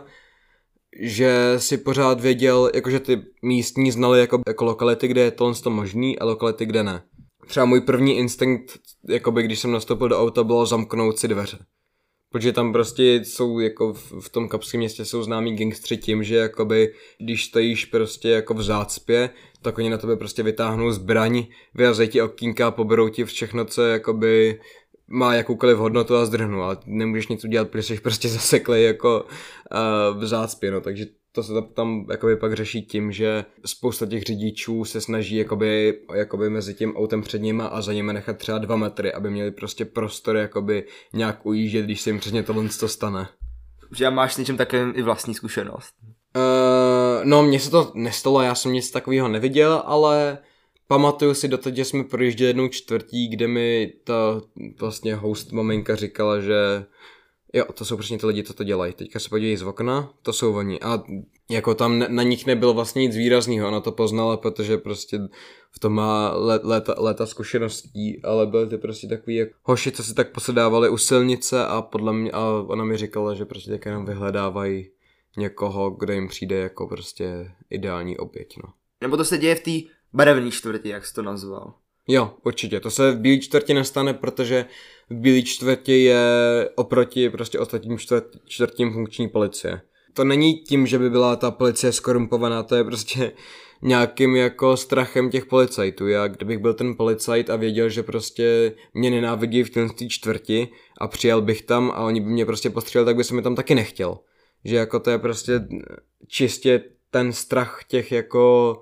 že si pořád věděl, jakože ty místní znali jako lokality, kde je to možný a lokality, kde ne. Třeba můj první instinkt, jakoby když jsem nastoupil do auta, bylo zamknout si dveře. Protože tam prostě jsou jako v tom kapském městě jsou známí gangstři tím, že jakoby když stojíš prostě jako v zácpě, tak oni na tebe prostě vytáhnou zbraň, vyrazejí ti okýnka a poberou ti všechno, co jakoby má jakoukoliv hodnotu a zdrhnu, ale nemůžeš nic udělat, protože jsi prostě zaseklej jako v zácpě, no, takže to se tam jakoby pak řeší tím, že spousta těch řidičů se snaží jakoby mezi tím autem před nima a za nimi nechat třeba 2 metry, aby měli prostě prostor jakoby nějak ujíždět, když se jim přesně tohle stane. Že máš s něčím takovým i vlastní zkušenost? No, mně se to nestalo, já jsem nic takového neviděl, ale pamatuju si doteď, že jsme projížděli jednou čtvrtí, kde mi ta vlastně host maminka říkala, že jo, to jsou přesně ty lidi, co to dělají. Teďka se podívej z okna, to jsou oni. A jako tam na nich nebylo vlastně nic výrazného, ona to poznala, protože prostě v tom má léta zkušeností, ale byly to prostě takový jak hoši, co si tak posedávali u silnice a podle mě, a ona mi říkala, že prostě tak jenom vyhledávají někoho, kde jim přijde jako prostě ideální oběť, no. Nebo to se děje v té barevné čtvrti, jak jsi to nazval? Jo, určitě. To se v Bílé čtvrti nestane, protože v Bílé čtvrti je oproti prostě ostatním čtvrtím funkční policie. To není tím, že by byla ta policie skorumpovaná, to je prostě nějakým jako strachem těch policajtů. Já kdybych byl ten policajt a věděl, že prostě mě nenávidí v té čtvrti a přijel bych tam a oni by mě prostě postřelili, tak by se mi tam taky nechtěl. Že jako to je prostě čistě ten strach těch jako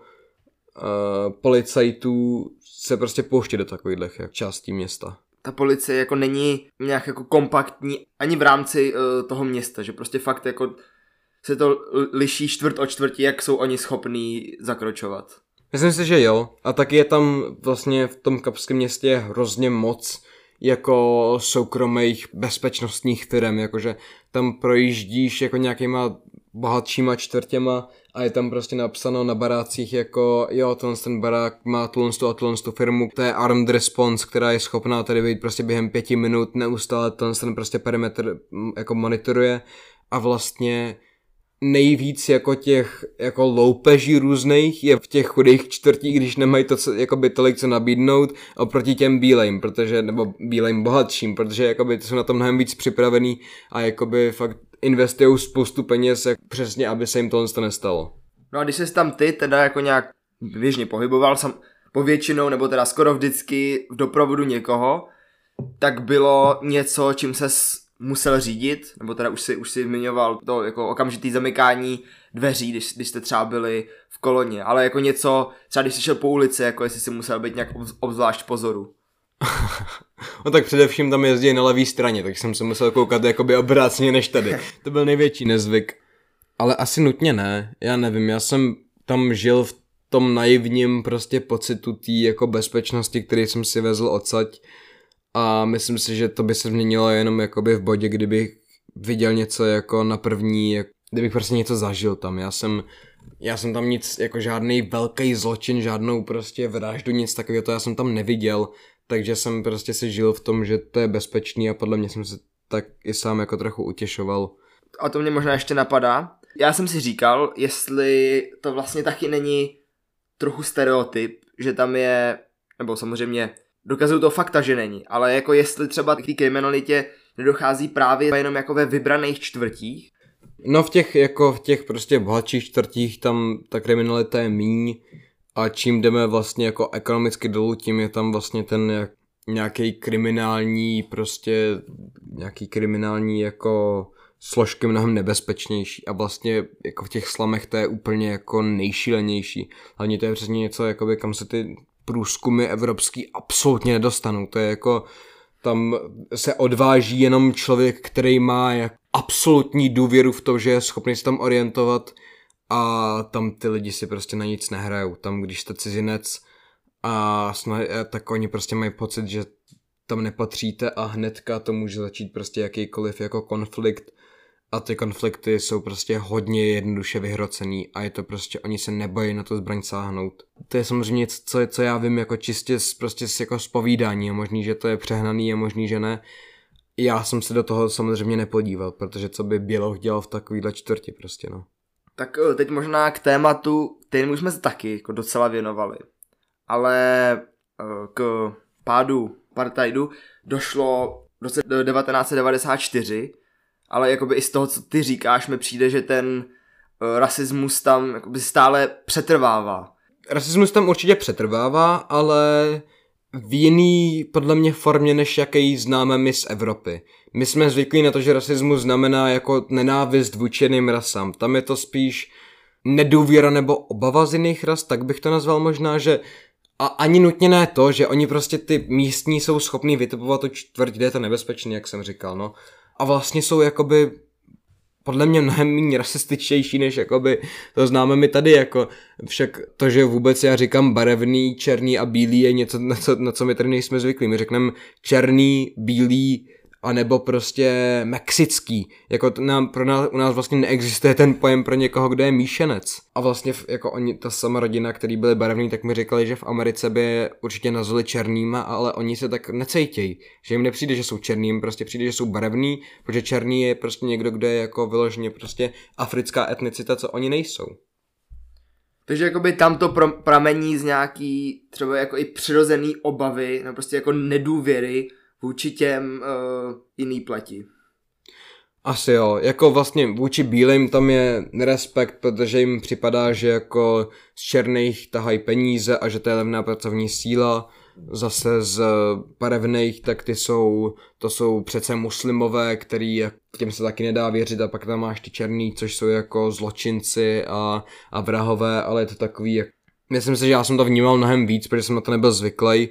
policajtů se prostě pouští do takových částí města. Ta policie jako není nějak jako kompaktní ani v rámci toho města, že prostě fakt jako se to liší čtvrt od čtvrti, jak jsou oni schopní zakročovat. Myslím si, že jo. A taky je tam vlastně v tom kapském městě hrozně moc jako soukromých bezpečnostních firem, jakože tam projíždíš jako nějakýma bohatšíma čtvrtěma a je tam prostě napsáno na barácích jako jo, ten barák má tuhle firmu, to je Armed Response, která je schopná tady být prostě během 5 minut neustále ten prostě perimetr jako monitoruje a vlastně nejvíc jako těch jako loupeží různých je v těch chudých čtvrtích, když nemají to jakoby tolik co nabídnout oproti těm bílejm, protože nebo bílejm bohatším, protože jakoby jsou na tom mnohem víc připravený a jakoby fakt investujou spoustu peněz přesně, aby se jim tohle nestalo. No a když jsi tam ty teda jako nějak běžně pohyboval povětšinou nebo teda skoro vždycky v doprovodu někoho, tak bylo něco, čím ses musel řídit, nebo teda už si zmiňoval to jako okamžitý zamykání dveří, když jste třeba byli v koloně, ale jako něco, třeba když jsi šel po ulici, jako jestli si musel být nějak obzvlášť pozoru. No tak především tam jezdí na levé straně, tak jsem se musel koukat jakoby obráceně než tady. To byl největší nezvyk. Ale asi nutně ne, já nevím, já jsem tam žil v tom naivním prostě pocitu té jako bezpečnosti, který jsem si vezl odsaď a myslím si, že to by se změnilo jenom jakoby v bodě, kdybych viděl něco jako na první, kdybych prostě něco zažil tam. Já jsem tam nic, jako žádný velký zločin, žádnou prostě vraždu, nic takového, to já jsem tam neviděl, takže jsem prostě si žil v tom, že to je bezpečný a podle mě jsem se tak i sám jako trochu utěšoval. A to mě možná ještě napadá. Já jsem si říkal, jestli to vlastně taky není trochu stereotyp, že tam je, nebo samozřejmě dokazují to fakta, že není, ale jako jestli třeba k té kriminalitě nedochází právě jenom jako ve vybraných čtvrtích. No v těch prostě bohatších čtvrtích tam ta kriminalita je míň a čím jdeme vlastně jako ekonomicky dolů, tím je tam vlastně ten nějaký kriminální jako složky mnohem nebezpečnější a vlastně jako v těch slamech to je úplně jako nejšílenější. Hlavně to je přesně něco, jakoby, kam se ty průzkumy evropský absolutně nedostanou. To je jako, tam se odváží jenom člověk, který má absolutní důvěru v to, že je schopný se tam orientovat a tam ty lidi si prostě na nic nehrajou. Tam, když jste cizinec tak oni prostě mají pocit, že tam nepatříte a hnedka to může začít prostě jakýkoliv jako konflikt a ty konflikty jsou prostě hodně jednoduše vyhrocený a je to prostě, oni se nebojí na to zbraň sáhnout. To je samozřejmě něco, co já vím jako čistě prostě jako z povídání, je možný, že to je přehnaný, je možný, že ne. Já jsem se do toho samozřejmě nepodíval, protože co by Běloch dělal v takovýhle čtvrti prostě, no. Tak teď možná k tématu, kterému jsme se taky jako docela věnovali, ale k pádu apartheidu došlo v roce 1994, ale jakoby i z toho, co ty říkáš, mi přijde, že ten rasismus tam jakoby stále přetrvává. Rasismus tam určitě přetrvává, ale v jiný, podle mě, formě, než jaký známe my z Evropy. My jsme zvyklí na to, že rasismus znamená jako nenávist vůči jiným rasám. Tam je to spíš nedůvěra nebo obava z jiných ras, tak bych to nazval možná, že a ani nutně ne to, že oni prostě ty místní jsou schopní vytipovat tu čtvrť, kde je to nebezpečný, jak jsem říkal, no. A vlastně jsou jakoby podle mě mnohem méně rasističtější, než jakoby to známe my tady, jako však to, že vůbec já říkám barevný, černý a bílý je něco, na co my tady nejsme zvyklí. My řekneme černý, bílý, anebo prostě mexický. Jako u nás vlastně neexistuje ten pojem pro někoho, kdo je míšenec. A vlastně jako ta sama rodina, který byli barevní, tak mi říkali, že v Americe by je určitě nazvali černýma, ale oni se tak necejtějí. Že jim nepřijde, že jsou černý, jim prostě přijde, že jsou barevný, protože černý je prostě někdo, kdo je jako vyloženě prostě africká etnicita, co oni nejsou. Takže jakoby tam to pramení z nějaký třeba jako i přirozený obavy, no prostě jako nedůvěry vůči těm jiný pleti. Asi jo, jako vlastně vůči bílým tam je respekt, protože jim připadá, že jako z černých tahají peníze a že to je levná pracovní síla. Zase z barevných, tak to jsou přece muslimové, který těm se taky nedá věřit a pak tam máš ty černý, což jsou jako zločinci a vrahové, ale je to takový, myslím si, že já jsem to vnímal mnohem víc, protože jsem na to nebyl zvyklý.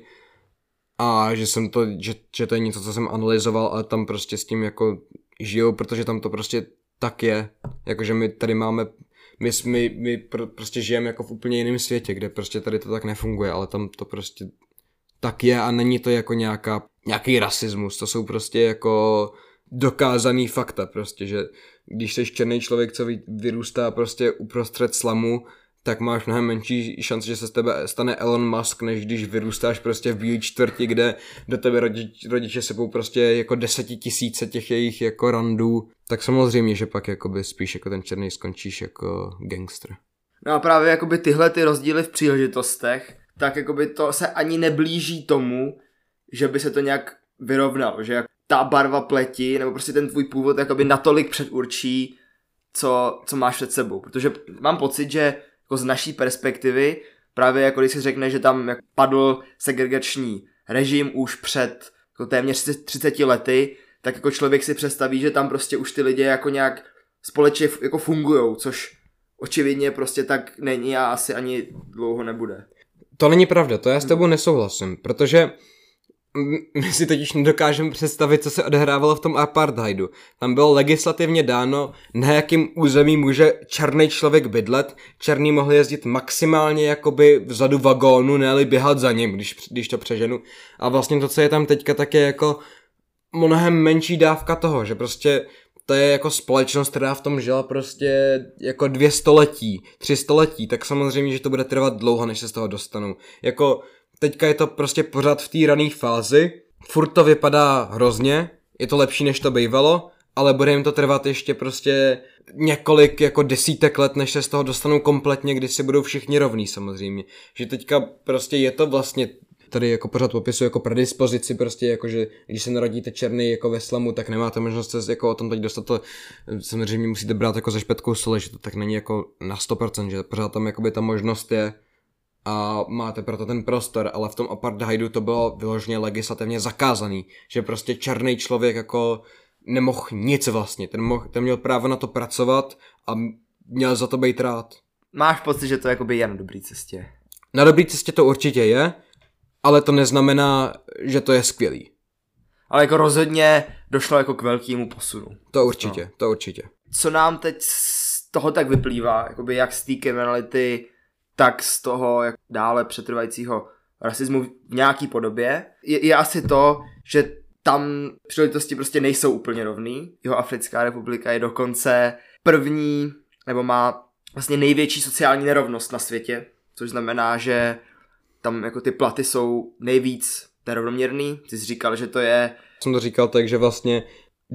A že to je něco, co jsem analyzoval, ale tam prostě s tím jako žiju, protože tam to prostě tak je. Jakože my tady máme, my prostě žijeme jako v úplně jiném světě, kde prostě tady to tak nefunguje, ale tam to prostě tak je a není to jako nějaký rasismus, to jsou prostě jako dokázaný fakta prostě, že když jsi černý člověk, co vyrůstá prostě uprostřed slamu, tak máš mnohem menší šanci, že se z tebe stane Elon Musk, než když vyrůstáš prostě v bílé čtvrti, kde do tebe rodiče sebou prostě jako 10 000 těch jejich jako randů, tak samozřejmě, že pak jakoby spíš jako ten černý skončíš jako gangster. No a právě jakoby tyhle ty rozdíly v příležitostech, tak jakoby to se ani neblíží tomu, že by se to nějak vyrovnalo, že ta barva pleti, nebo prostě ten tvůj původ jakoby natolik předurčí, co máš před sebou, protože mám pocit, že jako z naší perspektivy, právě jako když si řekne, že tam padl segregační režim už před jako téměř 30 lety, tak jako člověk si představí, že tam prostě už ty lidi jako nějak společně jako fungujou, což očividně prostě tak není a asi ani dlouho nebude. To není pravda, to já s tebou nesouhlasím, protože my si totiž nedokážeme představit, co se odehrávalo v tom apartheidu. Tam bylo legislativně dáno, na jakým území může černý člověk bydlet. Černý mohl jezdit maximálně jakoby vzadu vagónu, ne-li běhat za ním, když to přeženu. A vlastně to, co je tam teďka, tak je jako mnohem menší dávka toho, že prostě to je jako společnost, která v tom žila prostě jako 2 století, 3 století, tak samozřejmě, že to bude trvat dlouho, než se z toho dostanou. Jako teďka je to prostě pořád v té rané fázi, furt to vypadá hrozně, je to lepší, než to bývalo, ale bude jim to trvat ještě prostě několik jako desítek let, než se z toho dostanou kompletně, kdy si budou všichni rovní samozřejmě. Že teďka prostě je to vlastně, tady jako pořád popisuju jako predispozici prostě, jako že když se narodíte černý jako ve slamu, tak nemáte možnost se jako o tom teď dostat, to samozřejmě musíte brát jako ze špetkou sole, že to tak není jako na 100%, že pořád tam jakoby ta možnost je a máte proto ten prostor, ale v tom apartheidu to bylo vyloženě legislativně zakázaný, že prostě černý člověk jako nemohl nic vlastně, ten měl právo na to pracovat a měl za to být rád. Máš pocit, že to jakoby je na dobrý cestě? Na dobrý cestě to určitě je, ale to neznamená, že to je skvělý. Ale jako rozhodně došlo jako k velkému posunu. To určitě, to určitě. Co nám teď z toho tak vyplývá, jakoby jak z té kriminality, tak z toho jak dále přetrvajícího rasismu v nějaký podobě, je asi to, že tam příležitosti prostě nejsou úplně rovný. Jihoafrická republika je dokonce první, nebo má vlastně největší sociální nerovnost na světě, což znamená, že tam jako ty platy jsou nejvíc nerovnoměrný. Ty jsi říkal, že to je... Jsem to říkal tak, že vlastně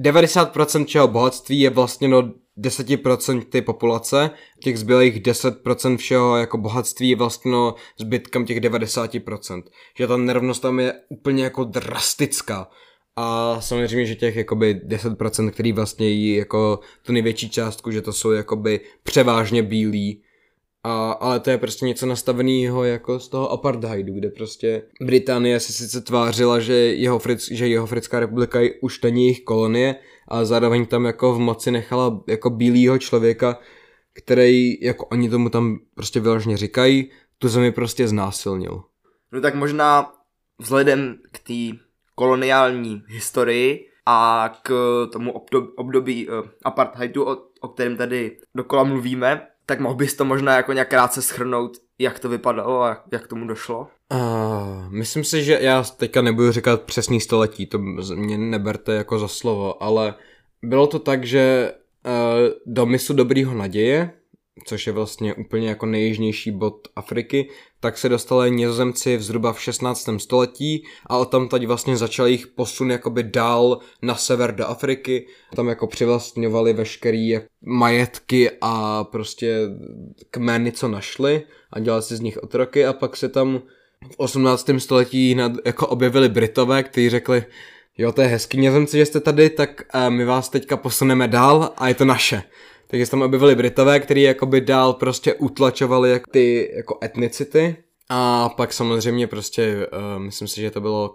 90% všeho bohatství je vlastně do 10% ty populace, těch zbylých 10% všeho jako bohatství je vlastně zbytkem těch 90%. Že ta nerovnost tam je úplně jako drastická. A samozřejmě, že těch jakoby 10%, který vlastně jí jako tu největší částku, že to jsou jakoby převážně bílí. Ale to je prostě něco nastaveného jako z toho apartheidu, kde prostě Británie se sice tvářila, že Jihoafrická republika už není jejich kolonie, ale zároveň tam jako v moci nechala jako bílýho člověka, který, jako oni tomu tam prostě vyloženě říkají, tu zemi prostě znásilnil. No tak možná vzhledem k té koloniální historii a k tomu období apartheidu, o kterém tady dokola mluvíme, tak mohl bys to možná jako nějak krátce shrnout, jak to vypadalo a jak tomu došlo? Myslím si, že já teďka nebudu říkat přesný století, to mě neberte jako za slovo, ale bylo to tak, že do mysu Dobrýho naděje, což je vlastně úplně jako nejjižnější bod Afriky, tak se dostali Nizozemci zhruba v 16. století a odtamtud vlastně začal jich posun jakoby dál na sever do Afriky. Tam jako přivlastňovali veškerý majetky a prostě kmeny, co našli a dělali si z nich otroky a pak se tam v 18. století jako objevili Britové, kteří řekli, jo, to je hezký Nizozemci, že jste tady, tak my vás teďka posuneme dál a je to naše. Takže se tam objevili Britové, kteří jakoby dál prostě utlačovali ty jako etnicity a pak samozřejmě prostě myslím si, že to bylo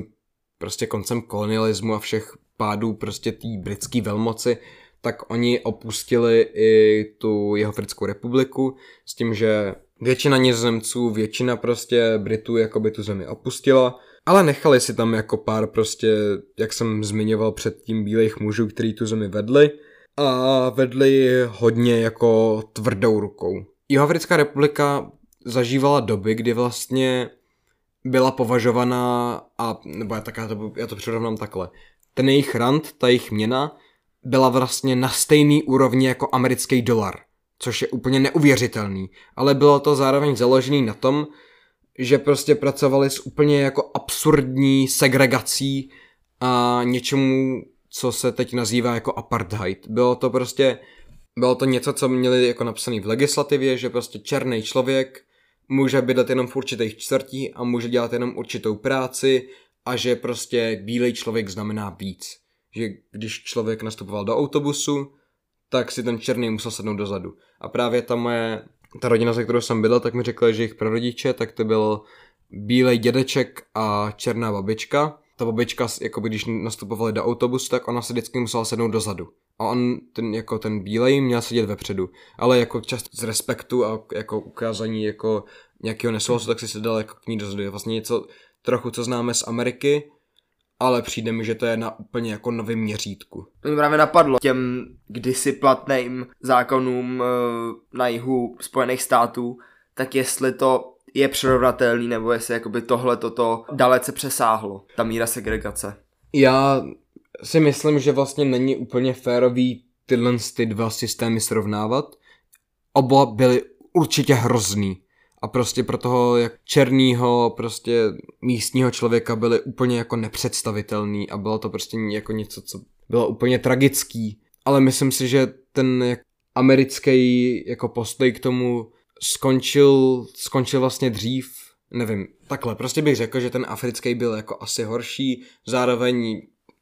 koncem kolonialismu a všech pádů prostě té britské velmoci, tak oni opustili i tu Jihoafrickou republiku s tím, že většina Nizozemců, většina prostě Britů jakoby tu zemi opustila, ale nechali si tam jako pár prostě, jak jsem zmiňoval předtím, bílejch mužů, kteří tu zemi vedli. A vedli hodně jako tvrdou rukou. Jihoafrická republika zažívala doby, kdy vlastně byla považovaná, nebo já to přirovnám takhle, ten jejich rand, ta jejich měna, byla vlastně na stejný úrovni jako americký dolar, což je úplně neuvěřitelný, ale bylo to zároveň založený na tom, že prostě pracovali s úplně jako absurdní segregací a něčemu, co se teď nazývá jako apartheid. Bylo to něco, co měli jako napsané v legislativě, že prostě černý člověk může bydlet jenom v určitých čtvrtí a může dělat jenom určitou práci a že prostě bílej člověk znamená víc. Že když člověk nastupoval do autobusu, tak si ten černý musel sednout dozadu. A právě ta rodina, se kterou jsem bydlel, tak mi řekla, že jejich prarodiče, tak to byl bílej dědeček a černá babička. ta babička, jako když nastupovali do autobusu, tak ona se vždycky musela sednout dozadu. A on, ten bílej, měl sedět vepředu. Ale jako často z respektu a jako ukázání jako nějakého nesouhlasu, tak si sedal jako k ní dozadu. Je vlastně něco trochu, co známe z Ameriky, ale přijde mi, že to je na úplně jako novém měřítku. To mi právě napadlo těm kdysi platným zákonům na jihu Spojených států, tak jestli to je přirovnatelný, nebo jestli jakoby tohle toto dalece přesáhlo, ta míra segregace. Já si myslím, že vlastně není úplně férový ty dva systémy srovnávat. Oba byly určitě hrozný. A prostě pro toho jak černýho prostě místního člověka byly úplně jako nepředstavitelný a bylo to prostě jako něco, co bylo úplně tragický. Ale myslím si, že ten americký jako postoj k tomu skončil vlastně dřív, nevím, takhle, prostě bych řekl, že ten africký byl jako asi horší, zároveň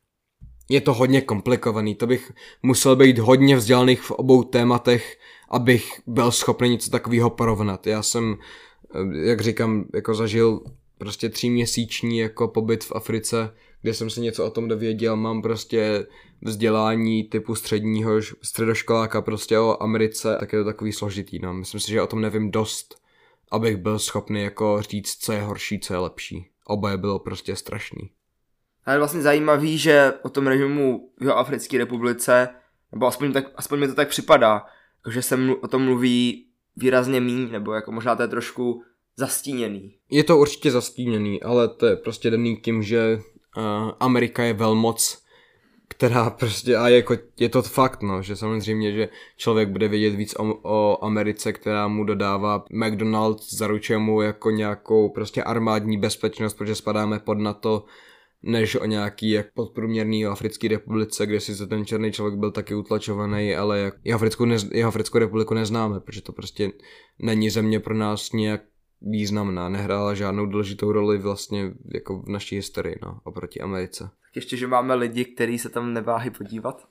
je to hodně komplikovaný, to bych musel být hodně vzdělaný v obou tématech, abych byl schopný něco takového porovnat. Já jsem, jak říkám, jako zažil prostě 3měsíční jako pobyt v Africe, kde jsem se něco o tom dověděl, mám prostě vzdělání typu středoškoláka prostě o Americe, tak je to takový složitý, no. Myslím si, že o tom nevím dost, abych byl schopný jako říct, co je horší, co je lepší. Oboje bylo prostě strašný. A je vlastně zajímavý, že o tom režimu v Jihoafrické republice, nebo aspoň mi to tak připadá, že se o tom mluví výrazně míň, nebo jako možná to je trošku zastíněný. Je to určitě zastíněný, ale to je prostě daný tím, že Amerika je velmoc, která prostě, a je to fakt, no, že samozřejmě, že člověk bude vědět víc o Americe, která mu dodává McDonald's, zaručuje mu jako nějakou prostě armádní bezpečnost, protože spadáme pod NATO, než o nějaký jak podprůměrný Africké republice, kde si ten černý člověk byl taky utlačovaný, ale jak Jihoafrickou republiku neznáme, protože to prostě není země pro nás nějak významná, nehrála žádnou důležitou roli vlastně jako v naší historii, no, oproti Americe. Tak ještě, že máme lidi, kteří se tam neváhají podívat.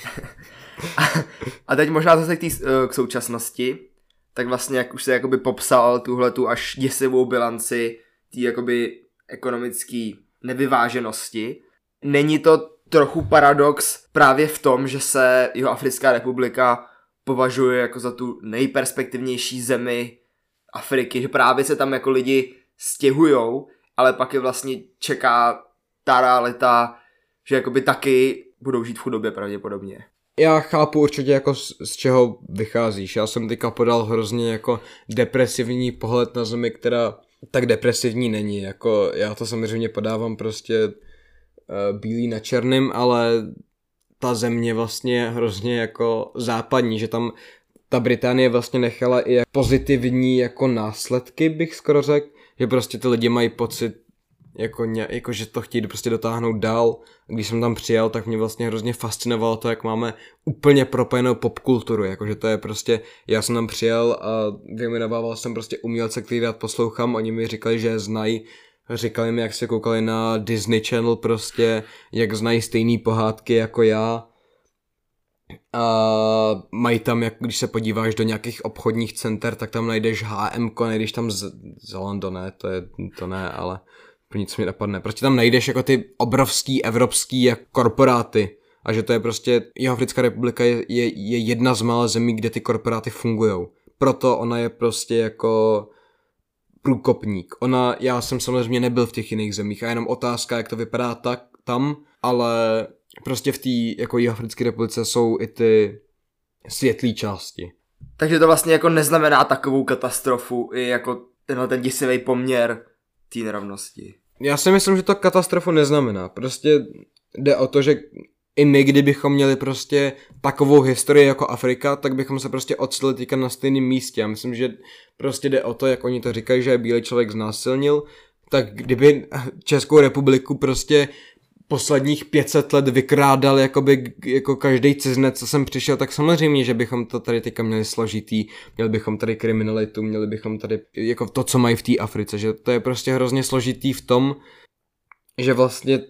A teď možná zase k současnosti, tak vlastně jak už se jakoby popsal tuhletu až děsivou bilanci té jakoby ekonomický nevyváženosti. Není to trochu paradox právě v tom, že se Jihoafrická republika považuje jako za tu nejperspektivnější zemi Afriky, že právě se tam jako lidi stěhujou, ale pak je vlastně čeká ta realita, že jakoby taky budou žít v chudobě pravděpodobně. Já chápu určitě jako z čeho vycházíš. Já jsem teďka podal hrozně jako depresivní pohled na zemi, která tak depresivní není. Jako já to samozřejmě podávám prostě bílý na černým, ale ta země vlastně hrozně jako západní, že tam ta Británie vlastně nechala i pozitivní jako následky, bych skoro řekl, že prostě ty lidi mají pocit, jako že to chtějí prostě dotáhnout dál. Když jsem tam přijel, tak mě vlastně hrozně fascinovalo to, jak máme úplně propojenou popkulturu, jakože to je prostě, já jsem tam přijel a vyjmenovával jsem prostě umělce, který rád poslouchám, oni mi říkali, že je znají, říkali mi, jak se koukali na Disney Channel prostě, jak znají stejný pohádky jako já. A mají tam, jak když se podíváš do nějakých obchodních center, tak tam najdeš H&M, nejdeš tam Zalando, ne, to ne, ale nic mi napadne. Prostě tam najdeš jako ty obrovský evropský jak korporáty a že to je prostě, Jihoafrická republika je jedna z mála zemí, kde ty korporáty fungujou. Proto ona je prostě jako průkopník. Já jsem samozřejmě nebyl v těch jiných zemích a jenom otázka, jak to vypadá tam, ale prostě v té jako Jihoafrické republice jsou i ty světlý části. Takže to vlastně jako neznamená takovou katastrofu i jako ten děsivý poměr té nerovnosti. Já si myslím, že to katastrofu neznamená. Prostě jde o to, že i my, kdybychom měli prostě takovou historii jako Afrika, tak bychom se prostě ocitli teďka na stejném místě. Já myslím, že prostě jde o to, jak oni to říkají, že bílý člověk znásilnil, tak kdyby Českou republiku prostě posledních 500 let vykrádal jako každý cizinec, co sem přišel, tak samozřejmě, že bychom to tady teďka měli složitý, měli bychom tady kriminalitu, měli bychom tady jako to, co mají v té Africe, že to je prostě hrozně složitý v tom, že vlastně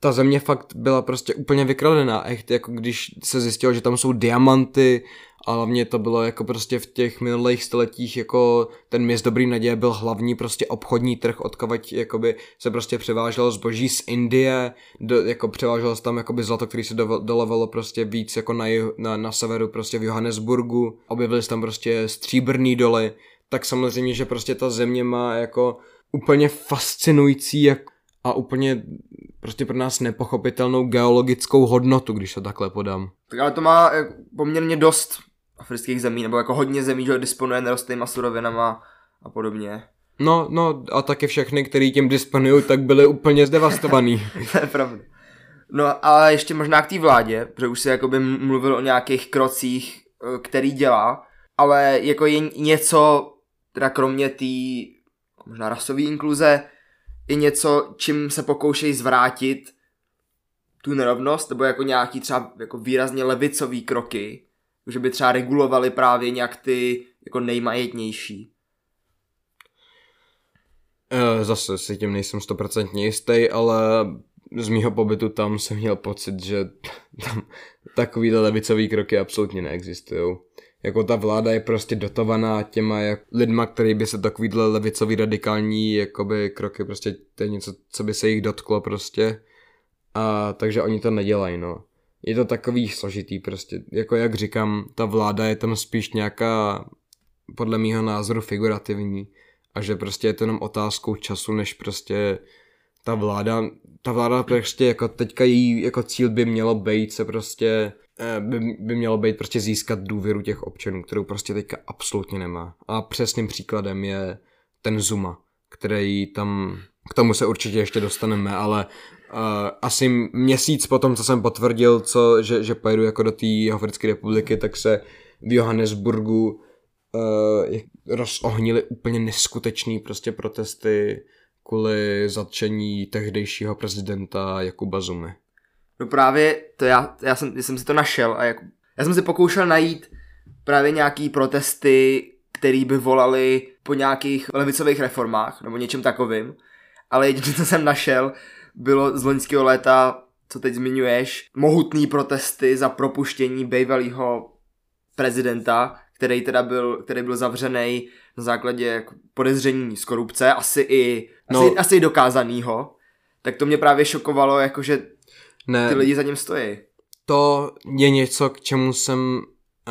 ta země fakt byla prostě úplně vykradená, echt jako když se zjistilo, že tam jsou diamanty a hlavně to bylo jako prostě v těch minulých stoletích jako ten měst Dobrý naděje byl hlavní prostě obchodní trh, odkavať jakoby se prostě převáželo zboží z Indie, jako převáželo se tam jakoby zlato, který se dolovalo prostě víc jako na severu prostě v Johannesburgu, objevily se tam prostě stříbrný doly, tak samozřejmě, že prostě ta země má jako úplně fascinující a úplně prostě pro nás nepochopitelnou geologickou hodnotu, když to takhle podám. Tak ale to má poměrně dost afrických zemí, nebo jako hodně zemí, že disponuje nerostnýma surovinama a podobně. No a taky všechny, který tím disponují, tak byly úplně zdevastovaný. To je pravda. No a ještě možná k té vládě, protože už se jakoby mluvil o nějakých krocích, který dělá, ale jako je něco, teda kromě té možná rasové inkluze, je něco, čím se pokoušejí zvrátit tu nerovnost, nebo jako nějaký třeba jako výrazně levicový kroky, že by třeba regulovali právě nějak ty jako nejmajetnější. Zase si tím nejsem 100% jistý, ale z mýho pobytu tam jsem měl pocit, že tam takovýhle levicový kroky absolutně neexistují. Jako ta vláda je prostě dotovaná těma lidma, který by se takovýhle levicový radikální jakoby kroky prostě, to je něco, co by se jich dotklo prostě. A takže oni to nedělají, no. Je to takový složitý prostě, jako jak říkám, ta vláda je tam spíš nějaká, podle mýho názoru, figurativní. A že prostě je to jenom otázkou času, než prostě ta vláda prostě jako teďka její jako cíl by mělo být se prostě, by mělo být prostě získat důvěru těch občanů, kterou prostě teďka absolutně nemá. A přesným příkladem je ten Zuma, který tam, k tomu se určitě ještě dostaneme, ale asi měsíc potom, co jsem potvrdil, že pojedu jako do té Jihoafrické republiky, tak se v Johannesburgu rozohnily úplně neskutečný prostě protesty kvůli zatčení tehdejšího prezidenta Jakuba Zumy. No právě to já jsem si to našel a já jsem si pokoušel najít právě nějaký protesty, který by volali po nějakých levicových reformách nebo něčem takovým, ale jediné, co jsem našel, bylo z loňského léta, co teď zmiňuješ, mohutný protesty za propuštění bývalého prezidenta, který byl zavřený na základě podezření z korupce, asi i dokázanýho. Tak to mě právě šokovalo, jakože ty lidi za ním stojí. To je něco, k čemu jsem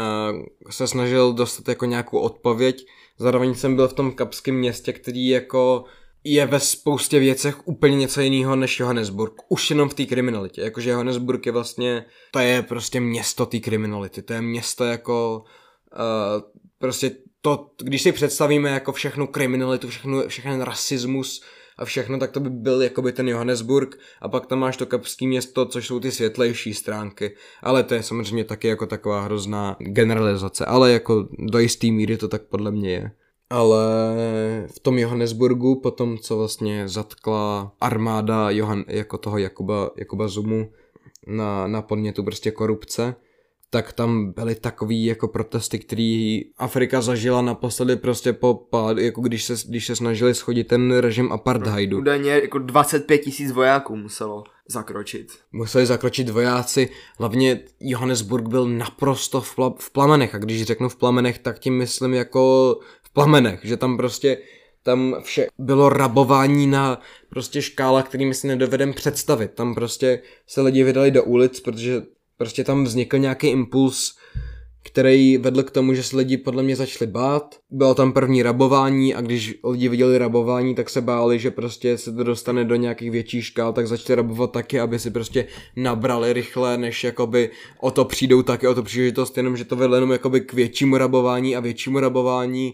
se snažil dostat jako nějakou odpověď. Zároveň jsem byl v tom kapském městě, který jako je ve spoustě věcech úplně něco jiného než Johannesburg. Už jenom v té kriminalitě. Jakože Johannesburg je vlastně, to je prostě město té kriminality. To je město jako prostě to, když si představíme jako všechnu kriminalitu, všechny rasismus a všechno, tak to by byl jakoby ten Johannesburg a pak tam máš to kapské město, což jsou ty světlejší stránky, ale to je samozřejmě taky jako taková hrozná generalizace, ale jako do jistý míry to tak podle mě je. Ale v tom Johannesburgu potom, co vlastně zatkla armáda jako toho Jakuba Zumu na podnětu prostě korupce, tak tam byly takový jako protesty, který Afrika zažila naposledy prostě po pádu, jako když se snažili shodit ten režim apartheidu. Údajně jako 25 000 vojáků muselo zakročit. Museli zakročit vojáci, hlavně Johannesburg byl naprosto v plamenech a když řeknu v plamenech, tak tím myslím jako v plamenech, že tam prostě vše bylo rabování na prostě škála, kterými si nedovedem představit. Tam prostě se lidi vydali do ulic, protože prostě tam vznikl nějaký impuls, který vedl k tomu, že se lidi podle mě začali bát. Bylo tam první rabování a když lidi viděli rabování, tak se báli, že prostě se to dostane do nějakých větších škál, tak začali rabovat taky, aby si prostě nabrali rychle, než jakoby o to přijdou taky, o to příležitost, jenom že to vedlo jenom jakoby k většímu rabování a většímu rabování.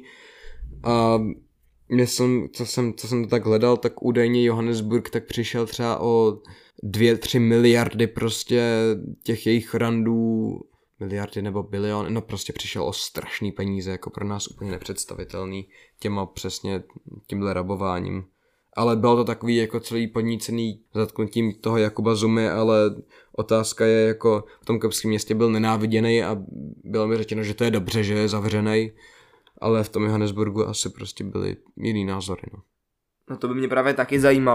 A myslím, co jsem to tak hledal, tak údajně Johannesburg tak přišel třeba o 2-3 miliardy prostě těch jejich randů, miliardy nebo bilion, no prostě přišel o strašný peníze, jako pro nás úplně nepředstavitelný těma přesně tímhle rabováním. Ale bylo to takový jako celý podnícený zatknutím toho Jakuba Zumy, ale otázka je jako v tom kapském městě byl nenáviděný a bylo mi řečeno, že to je dobře, že je zavřenej, ale v tom Johannesburgu asi prostě byly jiný názory, no. No to by mě právě taky zajímalo,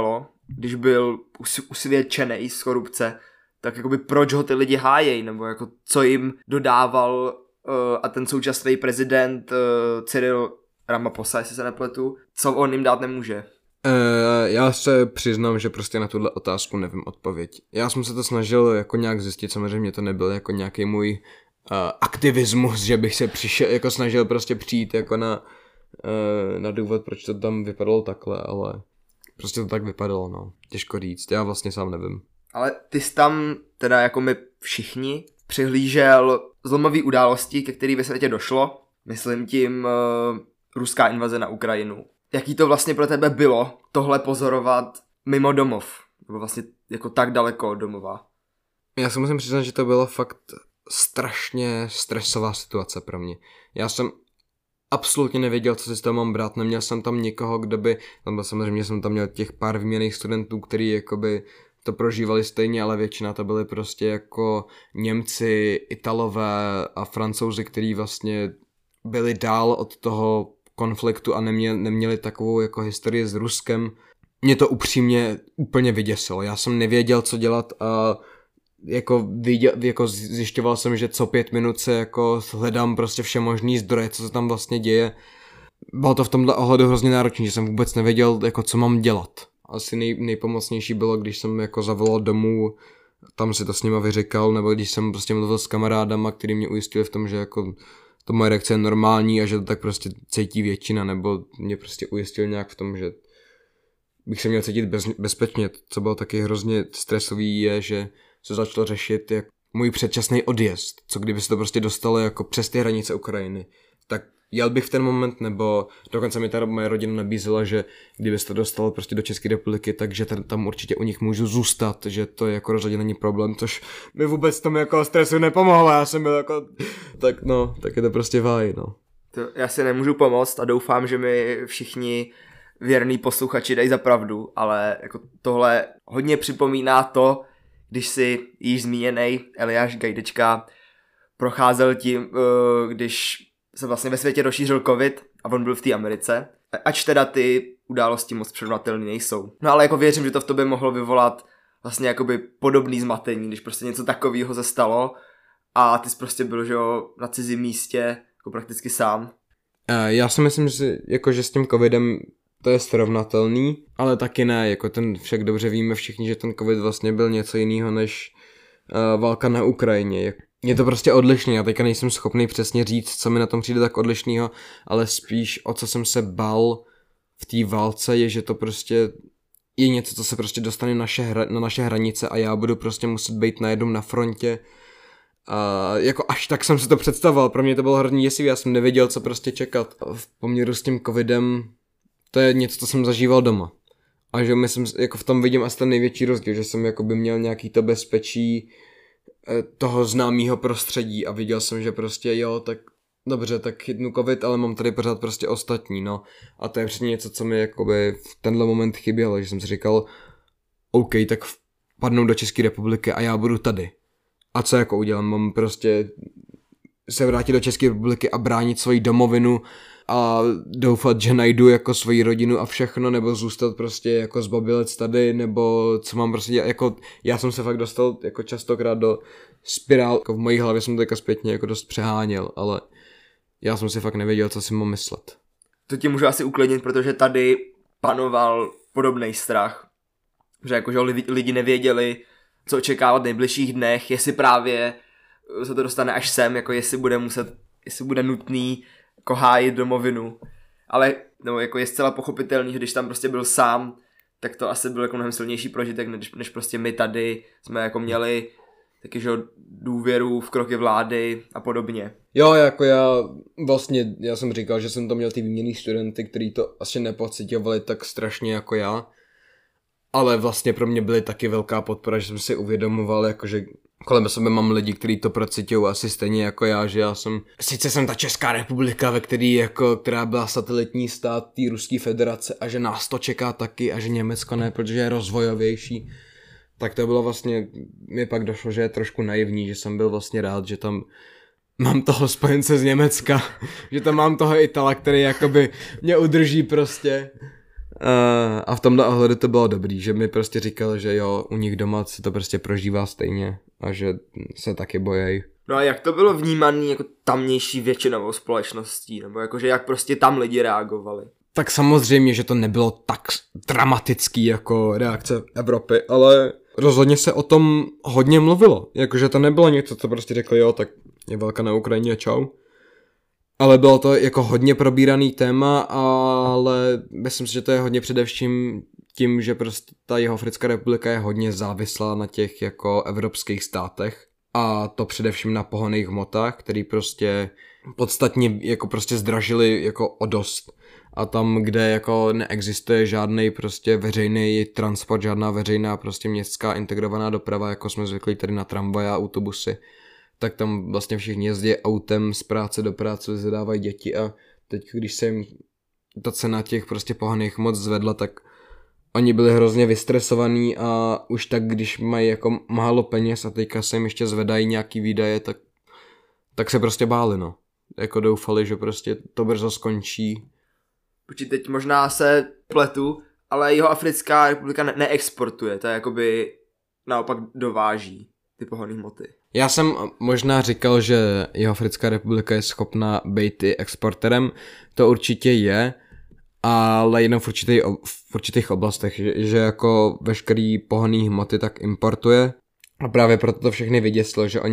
když byl usvědčený z korupce, tak jakoby proč ho ty lidi hájejí, nebo jako co jim dodával a ten současný prezident Cyril Ramaphosa, jestli se nepletu, co on jim dát nemůže. Já se přiznám, že prostě na tuhle otázku nevím odpověď. Já jsem se to snažil jako nějak zjistit, samozřejmě to nebyl jako nějaký můj aktivismus, že bych se jako snažil prostě přijít jako na důvod, proč to tam vypadalo takhle, ale prostě to tak vypadalo, no. Těžko říct, já vlastně sám nevím. Ale ty jsi tam, teda jako my všichni, přihlížel zlomový události, ke který ve světě došlo, myslím tím ruská invaze na Ukrajinu. Jaký to vlastně pro tebe bylo tohle pozorovat mimo domov? Nebo vlastně jako tak daleko od domova? Já si musím přiznat, že to bylo fakt strašně stresová situace pro mě. Já jsem absolutně nevěděl, co si z toho mám brát. Neměl jsem tam nikoho, kdo by... Samozřejmě jsem tam měl těch pár výměnných studentů, kteří jakoby to prožívali stejně, ale většina to byly prostě jako Němci, Italové a Francouzi, kteří vlastně byli dál od toho konfliktu a neměli takovou jako historii s Ruskem. Mě to upřímně úplně vyděsilo. Já jsem nevěděl, co dělat a jako zjišťoval jsem, že co 5 minut se jako hledám prostě všemožný zdroje, co se tam vlastně děje. Bylo to v tomhle ohledu hrozně náročné, že jsem vůbec nevěděl, jako co mám dělat. Asi nejpomocnější bylo, když jsem jako zavolal domů, tam si to s nima vyříkal, nebo když jsem prostě mluvil s kamarádama, který mě ujistili v tom, že jako to moje reakce je normální a že to tak prostě cítí většina, nebo mě prostě ujistil nějak v tom, že bych se měl cítit bezpečně. Co bylo taky hrozně stresový je, že se začalo řešit jak můj předčasný odjezd, co kdyby se to prostě dostalo jako přes ty hranice Ukrajiny. Tak jel bych v ten moment, nebo dokonce mi ta moje rodina nabízela, že kdyby se to dostalo prostě do České republiky, takže tam určitě u nich můžu zůstat, že to jako rozhodně není problém, což mi vůbec tomu jako stresu nepomohlo, já jsem byl jako, tak je to prostě váj, no. To já si nemůžu pomoct a doufám, že mi všichni věrní posluchači dají za pravdu, ale jako tohle hodně připomíná to, když si již zmíněnej Eliáš Gajdečka procházel tím, když se vlastně ve světě rozšířil covid a on byl v té Americe, ač teda ty události moc předvídatelné nejsou. No ale jako věřím, že to v tobě mohlo vyvolat vlastně jakoby podobný zmatení, když prostě něco takového se stalo a ty jsi prostě byl, že jo, na cizím místě, jako prakticky sám. Já si myslím, že s tím covidem to je srovnatelný, ale taky ne, jako ten však dobře víme všichni, že ten covid vlastně byl něco jiného než válka na Ukrajině. Je to prostě odlišný, já teďka nejsem schopný přesně říct, co mi na tom přijde tak odlišnýho, ale spíš o co jsem se bál v té válce je, že to prostě je něco, co se prostě dostane na naše hranice a já budu prostě muset být najednou na frontě. A jako až tak jsem si to představoval, pro mě to bylo hrozně děsivý, já jsem nevěděl, co prostě čekat. V poměru s tím covidem to je něco, co jsem zažíval doma. A že myslím, jako v tom vidím asi ten největší rozdíl, že jsem jako by měl nějaký to bezpečí toho známého prostředí a viděl jsem, že prostě jo, tak dobře, tak chytnu covid, ale mám tady pořád prostě ostatní, no. A to je přesně něco, co mi jakoby v tenhle moment chybělo, že jsem si říkal, OK, tak padnou do České republiky a já budu tady. A co jako udělám? Mám prostě se vrátit do České republiky a bránit svoji domovinu a doufat, že najdu jako svoji rodinu a všechno, nebo zůstat prostě jako zbabilec tady, nebo co mám prostě dělat, jako já jsem se fakt dostal jako častokrát do spirál, jako v mojí hlavě jsem to teďka zpětně jako dost přeháněl, ale já jsem si fakt nevěděl, co si mám myslet. To ti můžu asi uklidnit, protože tady panoval podobný strach, že jakože lidi nevěděli, co očekávat v nejbližších dnech, jestli právě se to dostane až sem, jako jestli bude nutný jako hájit domovinu. Ale no, jako je zcela pochopitelný, že když tam prostě byl sám, tak to asi byl jako mnohem silnější prožitek, než prostě my tady jsme jako měli taky, že důvěru v kroky vlády a podobně. Jo, jako já jsem říkal, že jsem tam měl ty výměnný studenty, kteří to asi nepociťovali tak strašně jako já. Ale vlastně pro mě byly taky velká podpora, že jsem si uvědomoval, jakože kolem sebe mám lidi, kteří to procitují asi stejně jako já, že já jsem... Sice jsem ta Česká republika, která byla satelitní stát té Ruské federace a že nás to čeká taky a že Německo ne, protože je rozvojovější. Tak to bylo vlastně, mi pak došlo, že je trošku naivní, že jsem byl vlastně rád, že tam mám toho spojence z Německa, že tam mám toho Itala, který jakoby mě udrží prostě. A v tomhle ohledu to bylo dobrý, že mi prostě říkal, že jo, u nich doma se to prostě prožívá stejně a že se taky bojejí. No a jak to bylo vnímané jako tamnější většinovou společností, nebo jakože jak prostě tam lidi reagovali? Tak samozřejmě, že to nebylo tak dramatický jako reakce Evropy, ale rozhodně se o tom hodně mluvilo. Jakože to nebylo něco, co prostě řekli, jo, tak je válka na Ukrajině, čau. Ale bylo to jako hodně probíraný téma, ale myslím si, že to je hodně především tím, že prostě ta Jihoafrická republika je hodně závislá na těch jako evropských státech. A to především na pohonných hmotách, který prostě podstatně jako prostě zdražili jako o dost. A tam, kde jako neexistuje žádný prostě veřejný transport, žádná veřejná prostě městská integrovaná doprava, jako jsme zvyklí tady na tramvaje a autobusy, tak tam vlastně všichni jezdí autem z práce do práce, zadávají děti a teď, když se jim ta cena těch prostě pohonných hmot zvedla, tak oni byli hrozně vystresovaní a už tak, když mají jako málo peněz a teďka se jim ještě zvedají nějaký výdaje, tak se prostě báli, no. Jako doufali, že prostě to brzo skončí. Protože teď možná se pletu, ale Jihoafrická republika neexportuje, to je jakoby naopak dováží ty pohonné hmoty. Já jsem možná říkal, že Jihoafrická republika je schopná být i exporterem, to určitě je, ale jenom v určitých oblastech, že jako veškerý pohonný hmoty tak importuje a právě proto to všechny vyděsilo, že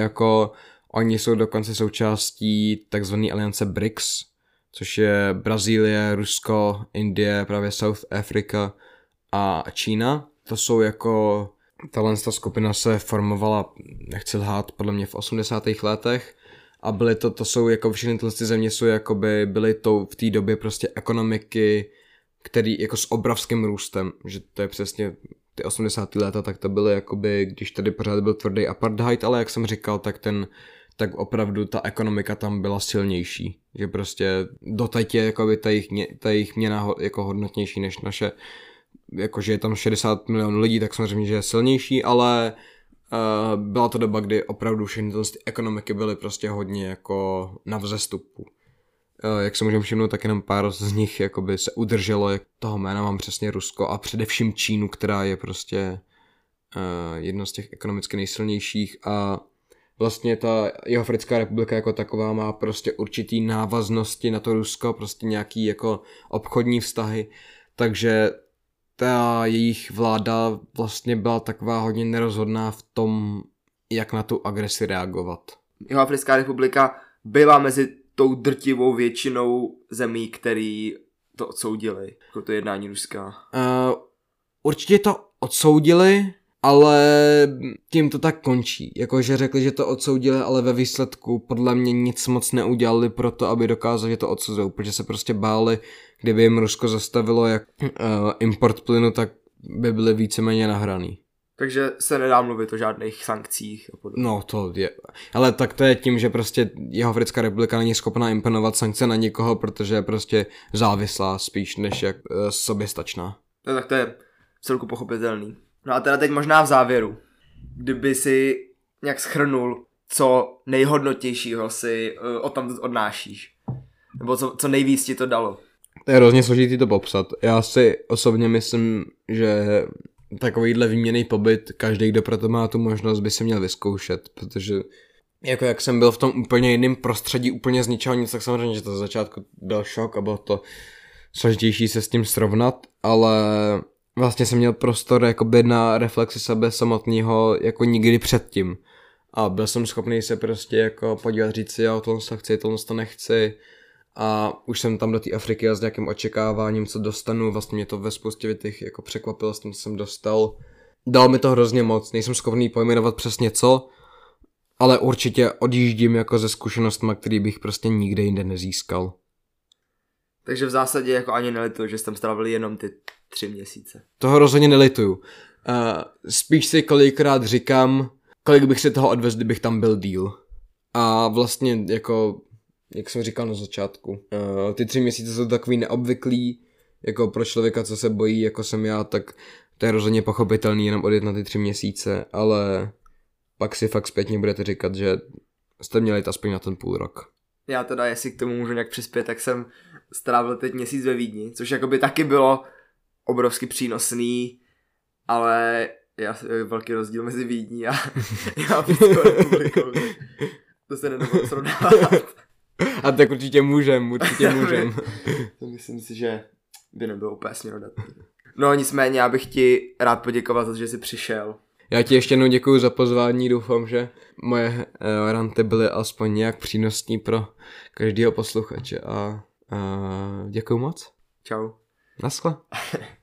oni jsou dokonce součástí takzvané aliance BRICS, což je Brazílie, Rusko, Indie, právě South Africa a Čína. To jsou jako, tahle skupina se formovala, nechci lhát, podle mě v 80. letech a to jsou jako všechny tyhle země jsou jakoby byly v té době prostě ekonomiky, který jako s obrovským růstem, že to je přesně ty 80. léta, tak to byly jakoby, když tady pořád byl tvrdý apartheid, ale jak jsem říkal, tak opravdu ta ekonomika tam byla silnější, že prostě doteď je jakoby ta jejich měna jako hodnotnější než naše, jakože je tam 60 milionů lidí, tak samozřejmě, že je silnější, ale byla to doba, kdy opravdu všechny ty ekonomiky byly prostě hodně jako na vzestupu. Jak se můžeme všimnout, tak jenom pár z nich jakoby se udrželo, jak toho jména mám přesně Rusko a především Čínu, která je prostě jedno z těch ekonomicky nejsilnějších a vlastně ta Jihoafrická republika jako taková má prostě určitý návaznosti na to Rusko, prostě nějaký jako obchodní vztahy, takže ta jejich vláda vlastně byla taková hodně nerozhodná v tom, jak na tu agresi reagovat. Jihoafrická republika byla mezi tou drtivou většinou zemí, který to odsoudili, jako to jednání Ruska. Určitě to odsoudili, ale tím to tak končí. Jakože řekli, že to odsoudili, ale ve výsledku podle mě nic moc neudělali pro to, aby dokázali, že to odsuzují, protože se prostě báli, kdyby jim Rusko zastavilo jak import plynu, tak by byly víceméně nahraný. Takže se nedá mluvit o žádných sankcích a podobně. No to je, ale tak to je tím, že prostě Jihoafrická republika není schopná imponovat sankce na nikoho, protože je prostě závislá spíš než jak soběstačná. No tak to je celku pochopitelný. No a teda teď možná v závěru, kdyby si nějak shrnul, co nejhodnotějšího si o tom odnášíš. Nebo co nejvíc ti to dalo. To je hrozně složitý to popsat. Já si osobně myslím, že takovýhle výměnný pobyt, každý, kdo pro to má tu možnost, by se měl vyzkoušet, protože jako jak jsem byl v tom úplně jiném prostředí, úplně z ničeho nic, tak samozřejmě, že to za začátku byl šok a bylo to složitější se s tím srovnat, ale vlastně jsem měl prostor jakoby na reflexi sebe samotného jako nikdy předtím. A byl jsem schopný se prostě jako podívat, říct si, já tohle to chci, tohle to nechci. A už jsem tam do té Afriky a s nějakým očekáváním, co dostanu. Vlastně mě to ve spoustě větých jako překvapilo s tím, co jsem dostal. Dalo mi to hrozně moc, nejsem schopný pojmenovat přesně co, ale určitě odjíždím jako ze zkušenostma, který bych prostě nikde jinde nezískal. Takže v zásadě jako ani nelituju, že jsi tam strávil jenom ty 3 měsíce. Toho rozhodně nelituju. Spíš si kolikrát říkám, kolik bych si toho odvezl, kdybych tam byl díl. A vlastně jako, jak jsem říkal na začátku, ty 3 měsíce jsou takový neobvyklý, jako pro člověka, co se bojí, jako jsem já, tak to je rozhodně pochopitelný jenom odjet na ty 3 měsíce, ale pak si fakt zpětně budete říkat, že jste měli jít aspoň na ten půl rok. Já teda, jestli k tomu můžu nějak přispět, tak jsem strávil teď měsíc ve Vídni, což jakoby taky bylo obrovsky přínosný, ale je velký rozdíl mezi Vídní a Africkou republikou. To se nedá srovnávat. A tak určitě můžem. To myslím si, že by nebylo úplně směrodatný. No nicméně, já bych ti rád poděkoval za to, že jsi přišel. Já ti ještě jednou děkuju za pozvání, doufám, že moje ranty byly alespoň nějak přínosný pro každého posluchače a děkuju moc. Čau. Naschle.